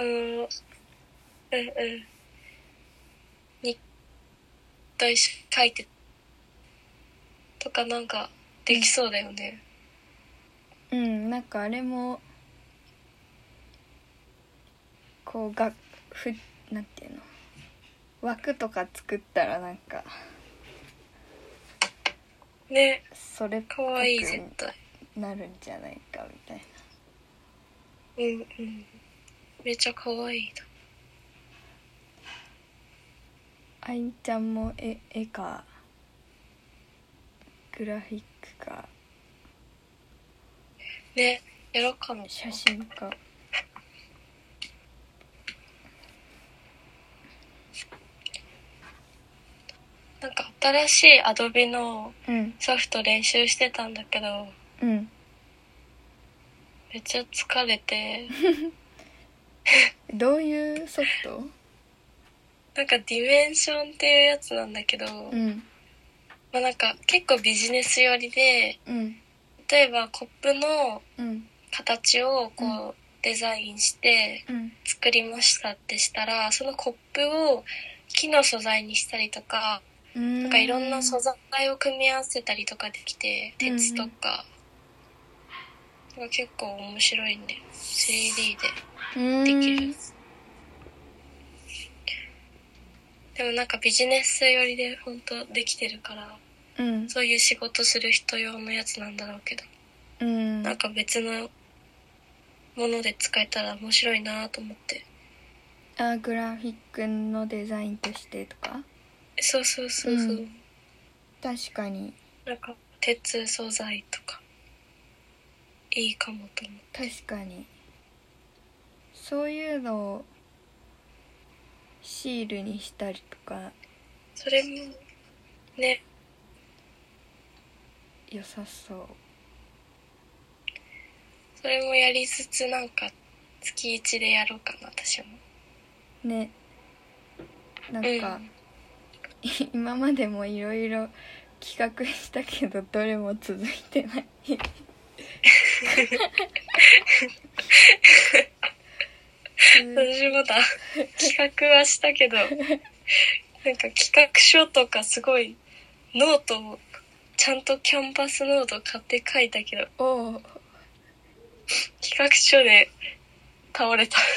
にと一緒に書いてとかなんかできそうだよね。 なんかあれもこうなんていうの枠とか作ったらなんかね、 それっぽくなるんじゃないかみたいな。 めっちゃ可愛いな。 あいちゃんも絵かグラフィックかね、やろうかな。 写真か。 なんか新しいアドビのソフト練習してたんだけど、めっちゃ疲れてどういうソフト？ なんかディメンションっていうやつなんだけど、まあなんか結構ビジネス寄りで、例えばコップの形をこうデザインして作りましたってしたら、そのコップを木の素材にしたりとか、なんかいろんな素材を組み合わせたりとかできて、鉄とか、なんか結構面白いんで 3D でできる。でもなんかビジネス寄りで本当できてるから、そういう仕事する人用のやつなんだろうけど、なんか別のもので使えたら面白いなと思って。 グラフィックのデザインとしてとか。 そうそうそうそう、 確かに。 なんか鉄素材とかいいかもと思って。 確かにそういうのをシールにしたりとか、 それもね良さそう。 それもやりつつ、なんか月1でやろうかな私もね。なんか、今までもいろいろ企画したけどどれも続いてない私もだ企画はしたけどなんか企画書とかすごいノートをちゃんとキャンバスノート買って書いたけど企画書で倒れた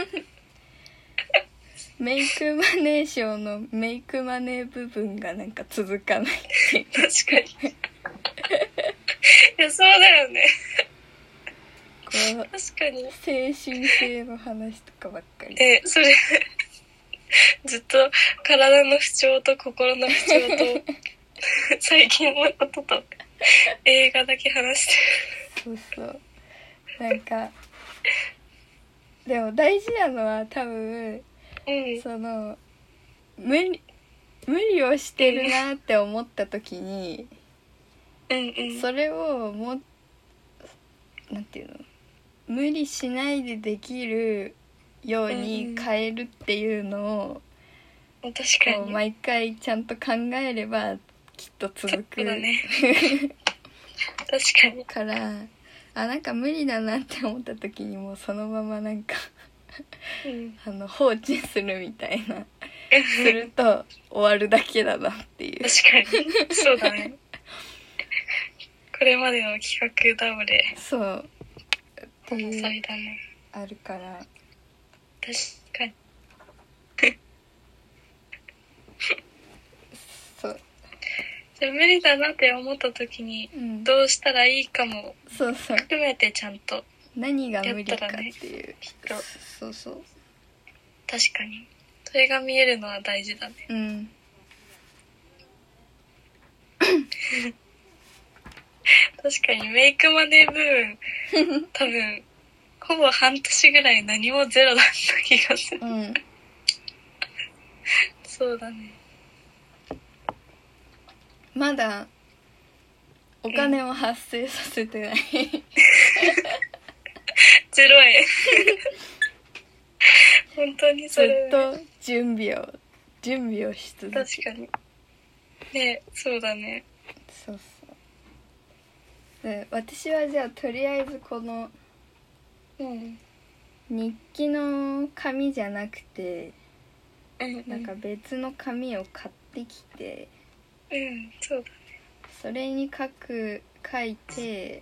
メイクマネー賞のメイクマネー部分がなんか続かないっていう。 確かにいやそうだよね確かに精神性の話とかばっかり。 それずっと体の不調と心の不調と最近のことと映画だけ話してる。そうそうなんかでも大事なのは多分、その無理をしてるなって思った時に、それをなんていうの、無理しないでできるように変えるっていうのを、 確かに毎回ちゃんと考えればきっと続く。 そうだね確かにからなんか無理だなって思った時にもうそのままなんか放置するみたいなすると終わるだけだなっていう。 確かにそうだねこれまでの企画倒れそうっていうだねあるから確かにそうじゃあ無理だなって思った時にどうしたらいいかもそうそう含めてちゃんと何が無理かっていう、 きっとそうそう確かにそれが見えるのは大事だね。確かにメイクマネー部分多分ほぼ半年ぐらい何もゼロだった気がする。そうだね。 まだお金を発生させてない、0 円本当にそれ、 ずっと準備をし続ける。 確かにね、そうだね。 そうそうで私はじゃあとりあえずこの日記の紙じゃなくて、なんか別の紙を買ってきて、 そうだね。 それに書いて、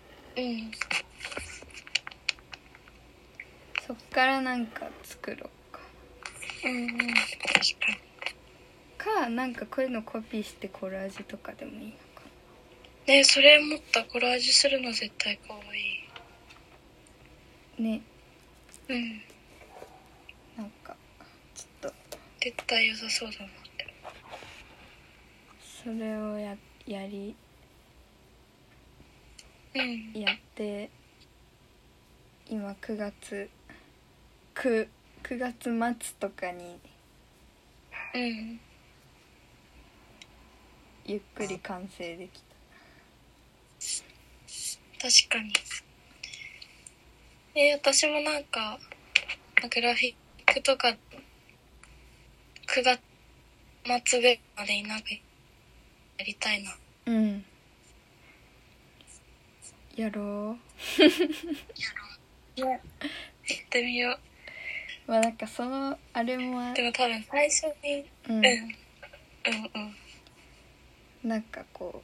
そっからなんか作ろうか。 確かに。 なんかこういうのコピーしてコラージュとかでもいいのかな。ね、それ持ったコラージュするの絶対かわいいね。なんかちょっと絶対良さそうだなって。 それをやって今9月末とかにゆっくり完成できた。確かに。私もなんかグラフィックとか9月末ぐらいまでになんかやりたいな。 やろうやってみよう。 まあなんかそのあれもでも多分最初になんかこ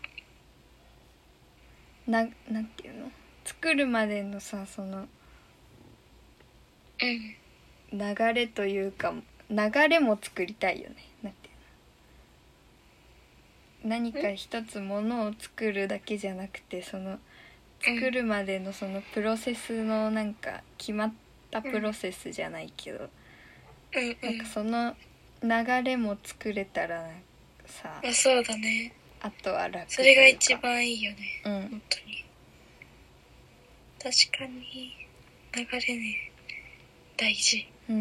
うなんていうの、作るまでのさ、その流れというか流れも作りたいよね。なんていうの、何か一つものを作るだけじゃなくて、その作るまでのそのプロセスのなんか決まったプロセスじゃないけど、なんかその流れも作れたらさ、 そうだね、 あとは楽というか、 それが一番いいよね、 本当に確かに流れね大事、流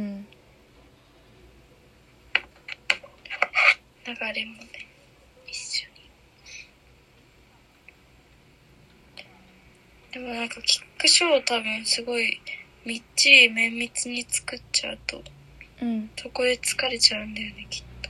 れもね一緒に。でもなんかキックショーを多分すごいみっちり綿密に作っちゃうと、そこで疲れちゃうんだよねきっと。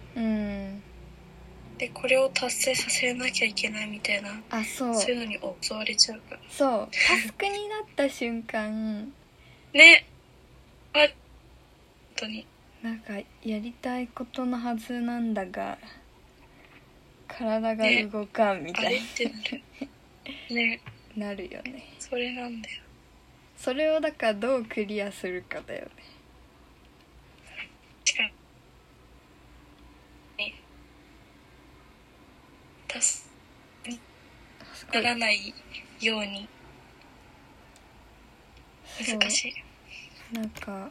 でこれを達成させなきゃいけないみたいな、そういうのに襲われちゃうから。 そうタスクになった瞬間ね、本当になんかやりたいことのはずなんだが体が動かんみたいな、 ってなるねなるよね。 それなんだよ。 それをだからどうクリアするかだよね。 確かにならないように難しい。 なんか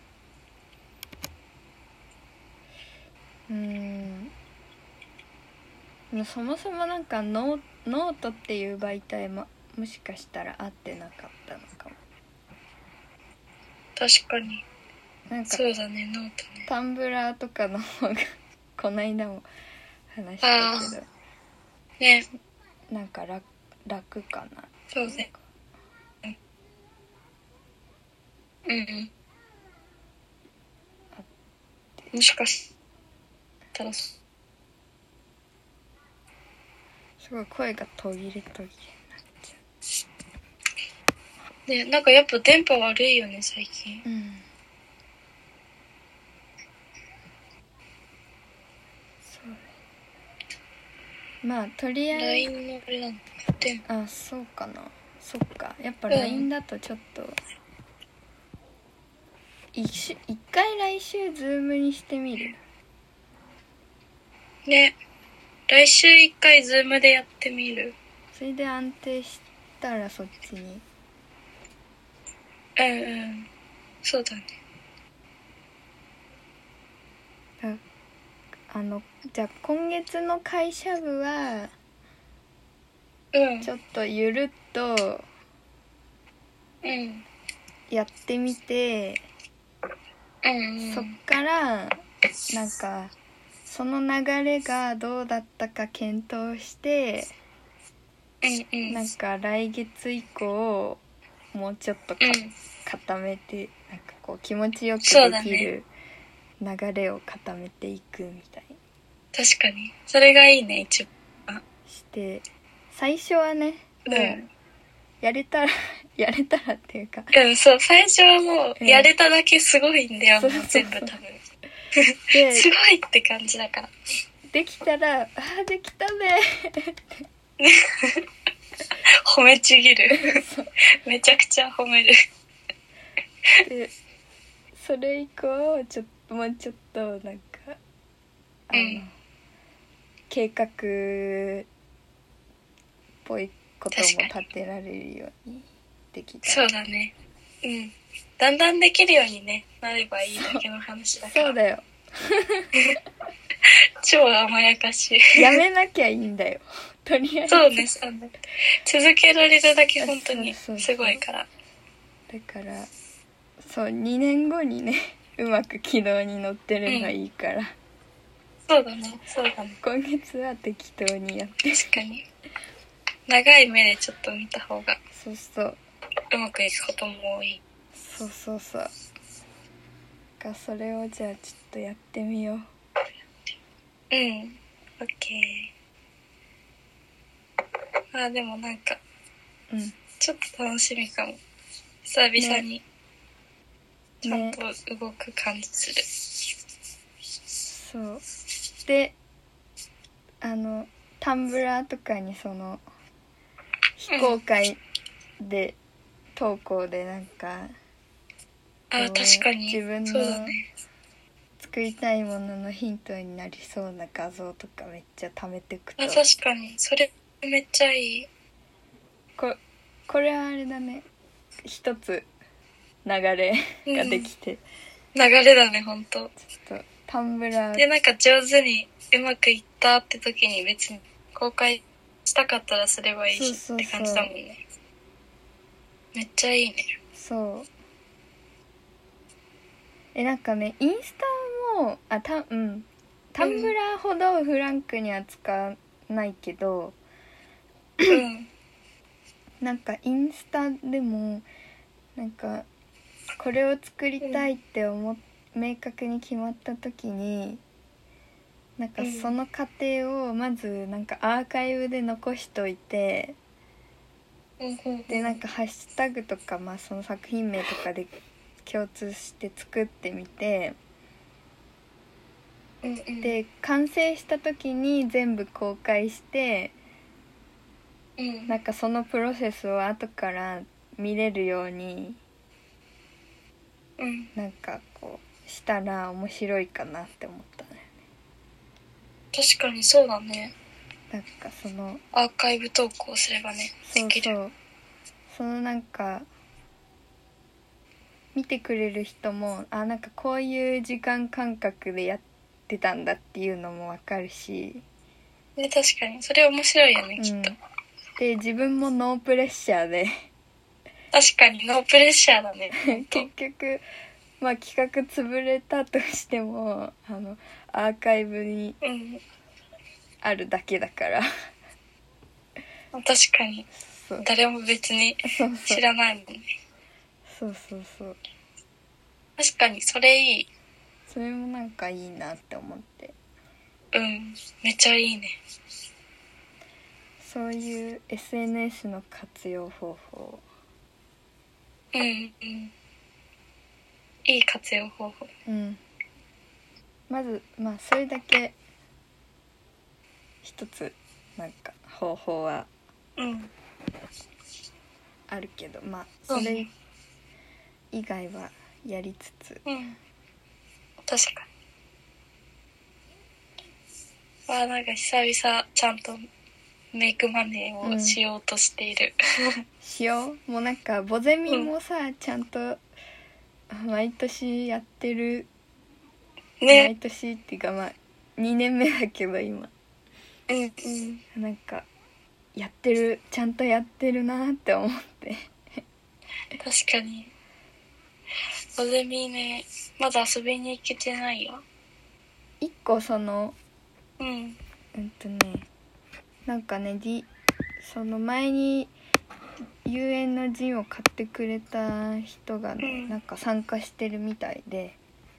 そもそもなんかノートっていう媒体ももしかしたら合ってなかったのかも。 確かになんかそうだね、ノートね。 タンブラーとかの方がこないだも話したけどね、 なんか楽かな。 そうね。もしかしたらすごい声が途切れになっちゃう。ね、なんかやっぱ電波悪いよね最近。 そうね。まあとりあえず LINE のあれなんだ。 そうかな。そっか。やっぱ LINE だとちょっと、一回来週ズームにしてみる。 ね、来週一回ズームでやってみる。 それで安定したらそっちに。 そうだね。 じゃあ今月の会社部はちょっとゆるっとやってみて、そっからなんかその流れがどうだったか検討して、なんか来月以降もうちょっと固めて、なんかこう気持ちよくできる流れを固めていくみたいな。 確かにそれがいいね。一番して最初はね、もうやれたらっていうか、 そう、最初はもうやれただけすごいんだよ、もう全部多分すごいって感じだから、 できたらできたね褒めちぎるめちゃくちゃ褒めるでそれ以降もうちょっとなんか計画っぽいことも立てられるようにできた。 そうだね。だんだんできるようにねなればいいだけの話だから。 そうだよ超甘やかしいやめなきゃいいんだよとりあえず。 そうね、そうね。続けられるだけ本当にすごいから。 だからそう2年後にねうまく軌道に乗ってればいいから、 そうだね、そうだね。 今月は適当にやって。 確かに長い目でちょっと見た方がうまくいくことも多い。 そうそれをじゃあちょっとやってみよう。 オッケー。でもなんかちょっと楽しみかも。久々にちゃんと動く感じする、 そうでタンブラーとかにその非公開で投稿でなんか、 確かに自分の作りたいもののヒントになりそうな画像とかめっちゃ貯めてくと。 確かにそれめっちゃいい。 ここれはあれだね、一つ流れができて、 流れだねほんと。 ちょっとタンブラーでなんか上手にうまくいったって時に別に公開したかったらすればいいしって感じだもんね。めっちゃいいね。 そう。なんかね、インスタもタンブラーほどフランクには使わないけど、なんかインスタでもなんかこれを作りたいって明確に決まった時に、なんかその過程をまずなんかアーカイブで残しといて、でなんかハッシュタグとか、まあその作品名とかで共通して作ってみて、で完成した時に全部公開して、なんかそのプロセスを後から見れるように、なんかこうしたら面白いかなって思ったね。 確かにそうだね。 なんかそのアーカイブ投稿すればね、できる。 そのなんか見てくれる人もなんかこういう時間感覚でやってたんだっていうのも分かるし、 確かにそれ面白いよね、きっと。 で自分もノープレッシャーで確かにノープレッシャーだね結局まあ企画潰れたとしてもアーカイブにあるだけだから、 確かに誰も別に知らないもんね。 そう確かにそれいい。 それもなんかいいなって思って、 めっちゃいいね。 そういう SNS の活用方法、 いい活用方法。 まずまあそれだけ一つなんか方法はあるけど、まあそれ以外はやりつつ、 確かに。なんか久々ちゃんとメイクマネーをしようとしている、 しよう。もうなんかボゼミもさ、ちゃんと毎年やってるね。毎年っていうかまあ2年目だけど今なんかやってる、ちゃんとやってるなって思って確かにボゼミね、まだ遊びに行けてないよ。 一個そのなんかね、その前に遊園のジンを買ってくれた人がね、なんか参加してるみたいで、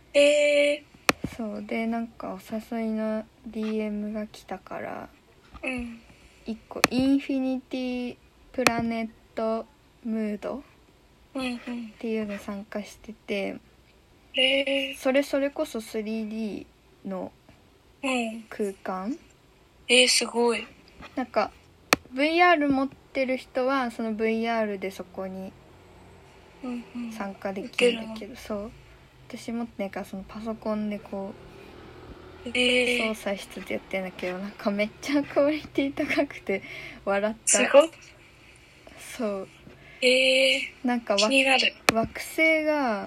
そうでなんかお誘いの DM が来たから、1個インフィニティプラネットムードっていうの参加してて、それこそ 3D の空間、 すごい。 なんか VR 持ってる人はその VR でそこに参加できるんだけど、そう私持ってないからそのパソコンでこう操作しつつやってんだけど、なんかめっちゃクオリティ高くて笑った。 すごい。 そうなんか気になる。 惑星が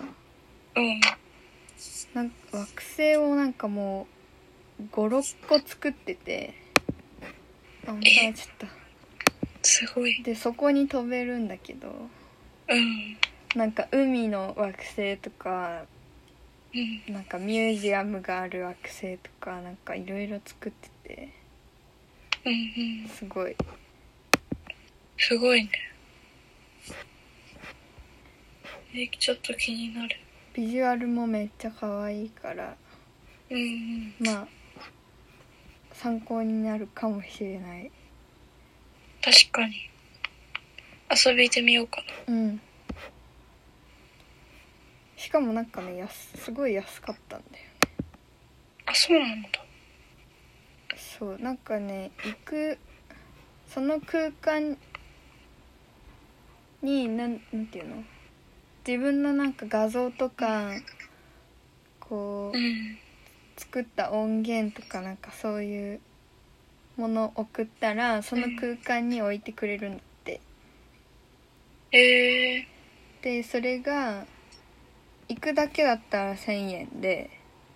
なんか惑星をなんかもう 5,6 個作ってて、ちょっとすごい。 でそこに飛べるんだけど、なんか海の惑星とか、なんかミュージアムがある惑星とかなんかいろいろ作ってて、すごいね。ちょっと気になる。 ビジュアルもめっちゃ可愛いから、まあ参考になるかもしれない。 確かに遊びてみようかな。 しかもなんかねすごい安かったんだよね。 そうなんだ。 そうなんかね、その空間になんていうの、自分のなんか画像とかこう、作った音源とかなんかそういうものを送ったらその空間に置いてくれるんだって。 でそれが行くだけだったら1000円で、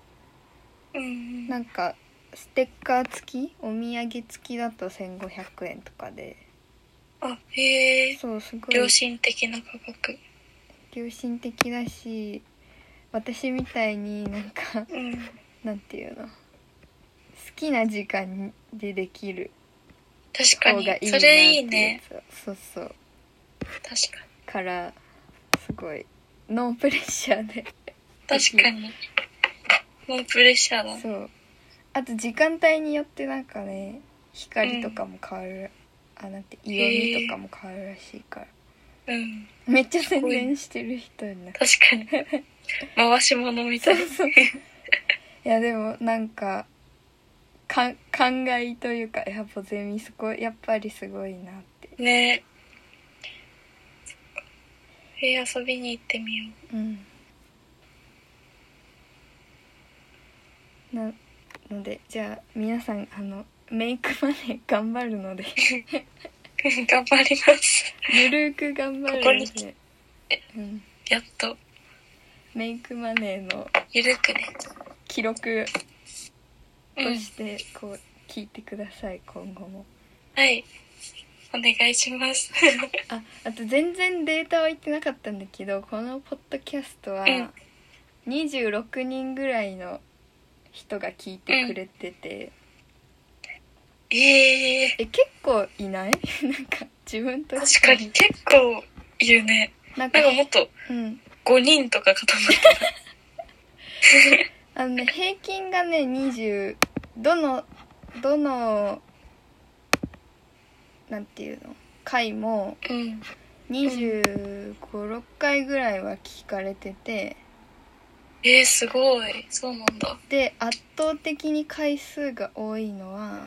なんかステッカー付きお土産付きだと1500円とかで、 そうすごい良心的な価格。 良心的だし、私みたいになんか、なんていうの、好きな時間でできる方がいいなっていう。確かにそれいいね。 そうそう、 確かにからすごいノープレッシャーで確かにノープレッシャーだ。 そう、あと時間帯によってなんかね、光とかも変わる、なんて色味とかも変わるらしいから、めっちゃ宣伝してる人になる。 確かに回し物みたいな。そういやでもなんか感慨というか、やっぱゼミすごい、やっぱりすごいなってね。遊びに行ってみよう。 なので、じゃあ皆さんメイクマネー頑張るので頑張ります。 ゆるく頑張るので、ここにやっとメイクマネーのゆるくね記録としてこう聞いてください、今後も。 はい、お願いしますあと全然データは言ってなかったんだけど、このポッドキャストは26人ぐらいの人が聞いてくれてて、結構いない？なんか自分として確かに結構いるね。なんかもっと5人とかかと思ったね、平均がね20、どのなんていうの回も25、6回ぐらいは聞かれてて、 すごい。そうなんだ。 で圧倒的に回数が多いのは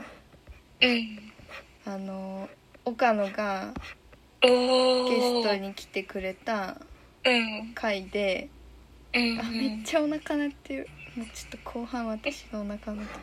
岡野がゲストに来てくれた回で、めっちゃお腹鳴ってる。もうちょっと後半私のお腹鳴って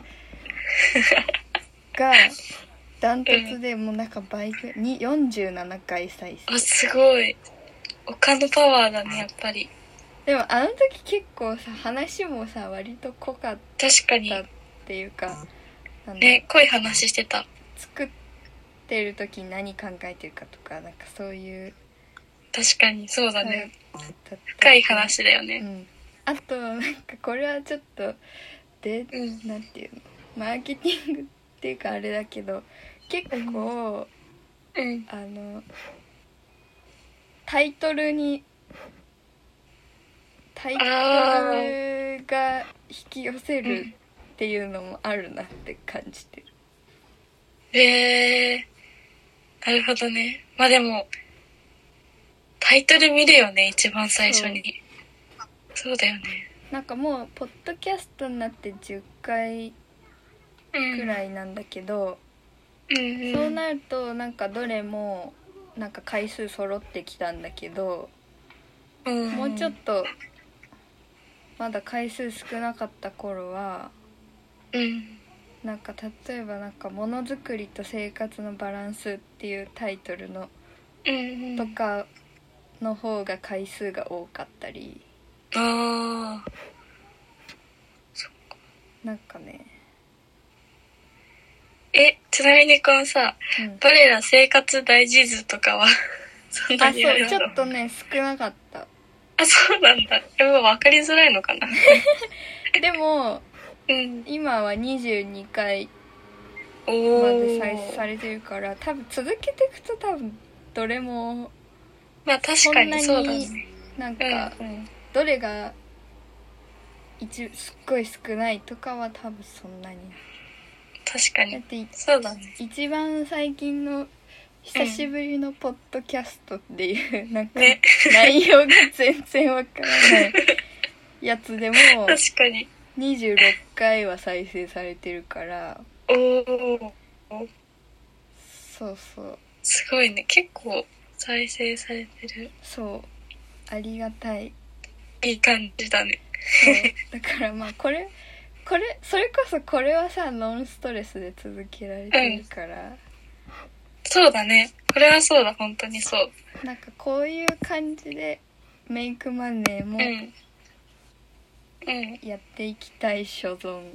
がダントツで、もうなんか倍ぐらいに47回再生。 すごい。岡野パワーだね、やっぱり。 でもあの時結構さ、話もさ割と濃かったっていうか、 ね、濃い話してた。 作ってる時に何考えてるかとか、なんかそういう。 確かにそうだね。深い話だよね。 あとなんかこれはちょっとなんていうの、マーケティングっていうかあれだけど、結構、タイトルが引き寄せるっていうのもあるなって感じてる。なるほどね。まあでもタイトル見るよね、一番最初に。そうだよね。 なんかもうポッドキャストになって10回くらいなんだけど、そうなるとなんかどれもなんか回数揃ってきたんだけど、もうちょっとまだ回数少なかった頃は、なんか例えばなんかものづくりと生活のバランスっていうタイトルのとかの方が回数が多かったり、なんかね。 ちなみにこのさ、我ら生活大事図とかはそんなにあるの？ ちょっとね少なかった。 そうなんだ。分かりづらいのかなでも、今は22回まで再生されてるから、多分続けていくと多分どれもまあ確かにそうだね。 なんか、どれがすっごい少ないとかは多分そんなに。 確かに。 だってそうだね。 一番最近の久しぶりのポッドキャストっていう、なんか内容が全然わからないやつでも確かに 26回は再生されてるから。そうそう。 すごいね。結構再生されてる。 そう。ありがたい。 いい感じだね。 そう。だからまあそれこそこれはさ、ノンストレスで続けられてるから。 そうだね。これはそうだ、本当にそう。 なんかこういう感じでメイクマネーもやっていきたい所存。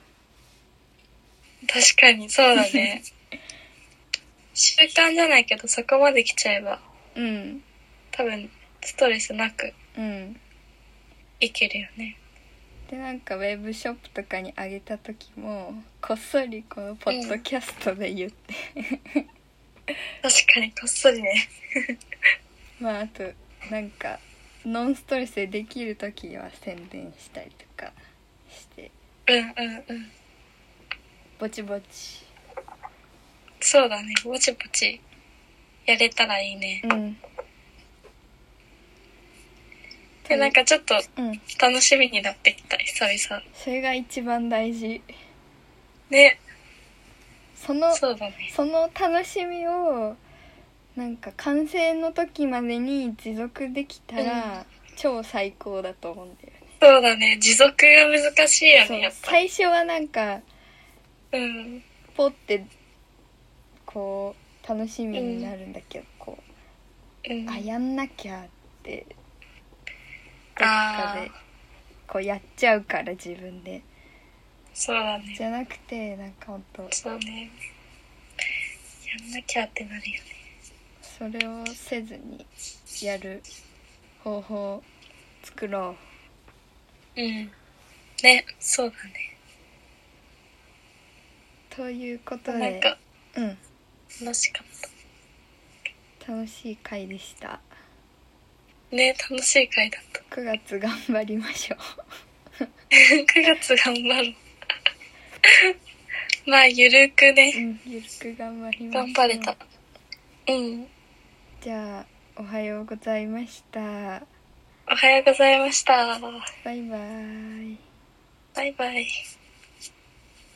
確かにそうだね。習慣じゃないけどそこまで来ちゃえば、多分ストレスなくいけるよね。 でなんかウェブショップとかにあげた時もこっそりこのポッドキャストで言って、 確かにこっそりね。 まああとなんかノンストレスでできる時は宣伝したりとかして、ぼちぼち。 そうだね、ぼちぼちやれたらいいね。でなんかちょっと楽しみになってきた、久々。 それが一番大事ね。 そうだね、その楽しみをなんか完成の時までに持続できたら、超最高だと思うんだよね。 そうだね、持続が難しいよね、やっぱ最初はなんかポッてこう楽しみになるんだけど、こう、あ、やんなきゃってどっかでこうやっちゃうから自分で。 そうだね。 じゃなくてなんかほんとそうね、やんなきゃってなるよね。 それをせずにやる方法を作ろう。ね、そうだね。 ということで、 なんか楽しかった。楽しい回でしたね。楽しい回だった。 9月頑張りましょう。 9月頑張ろう。まあゆるくね、 ゆるく頑張りましょう。 頑張れた。 じゃあおはようございました。 おはようございました。 バイバイ。 バイバイ。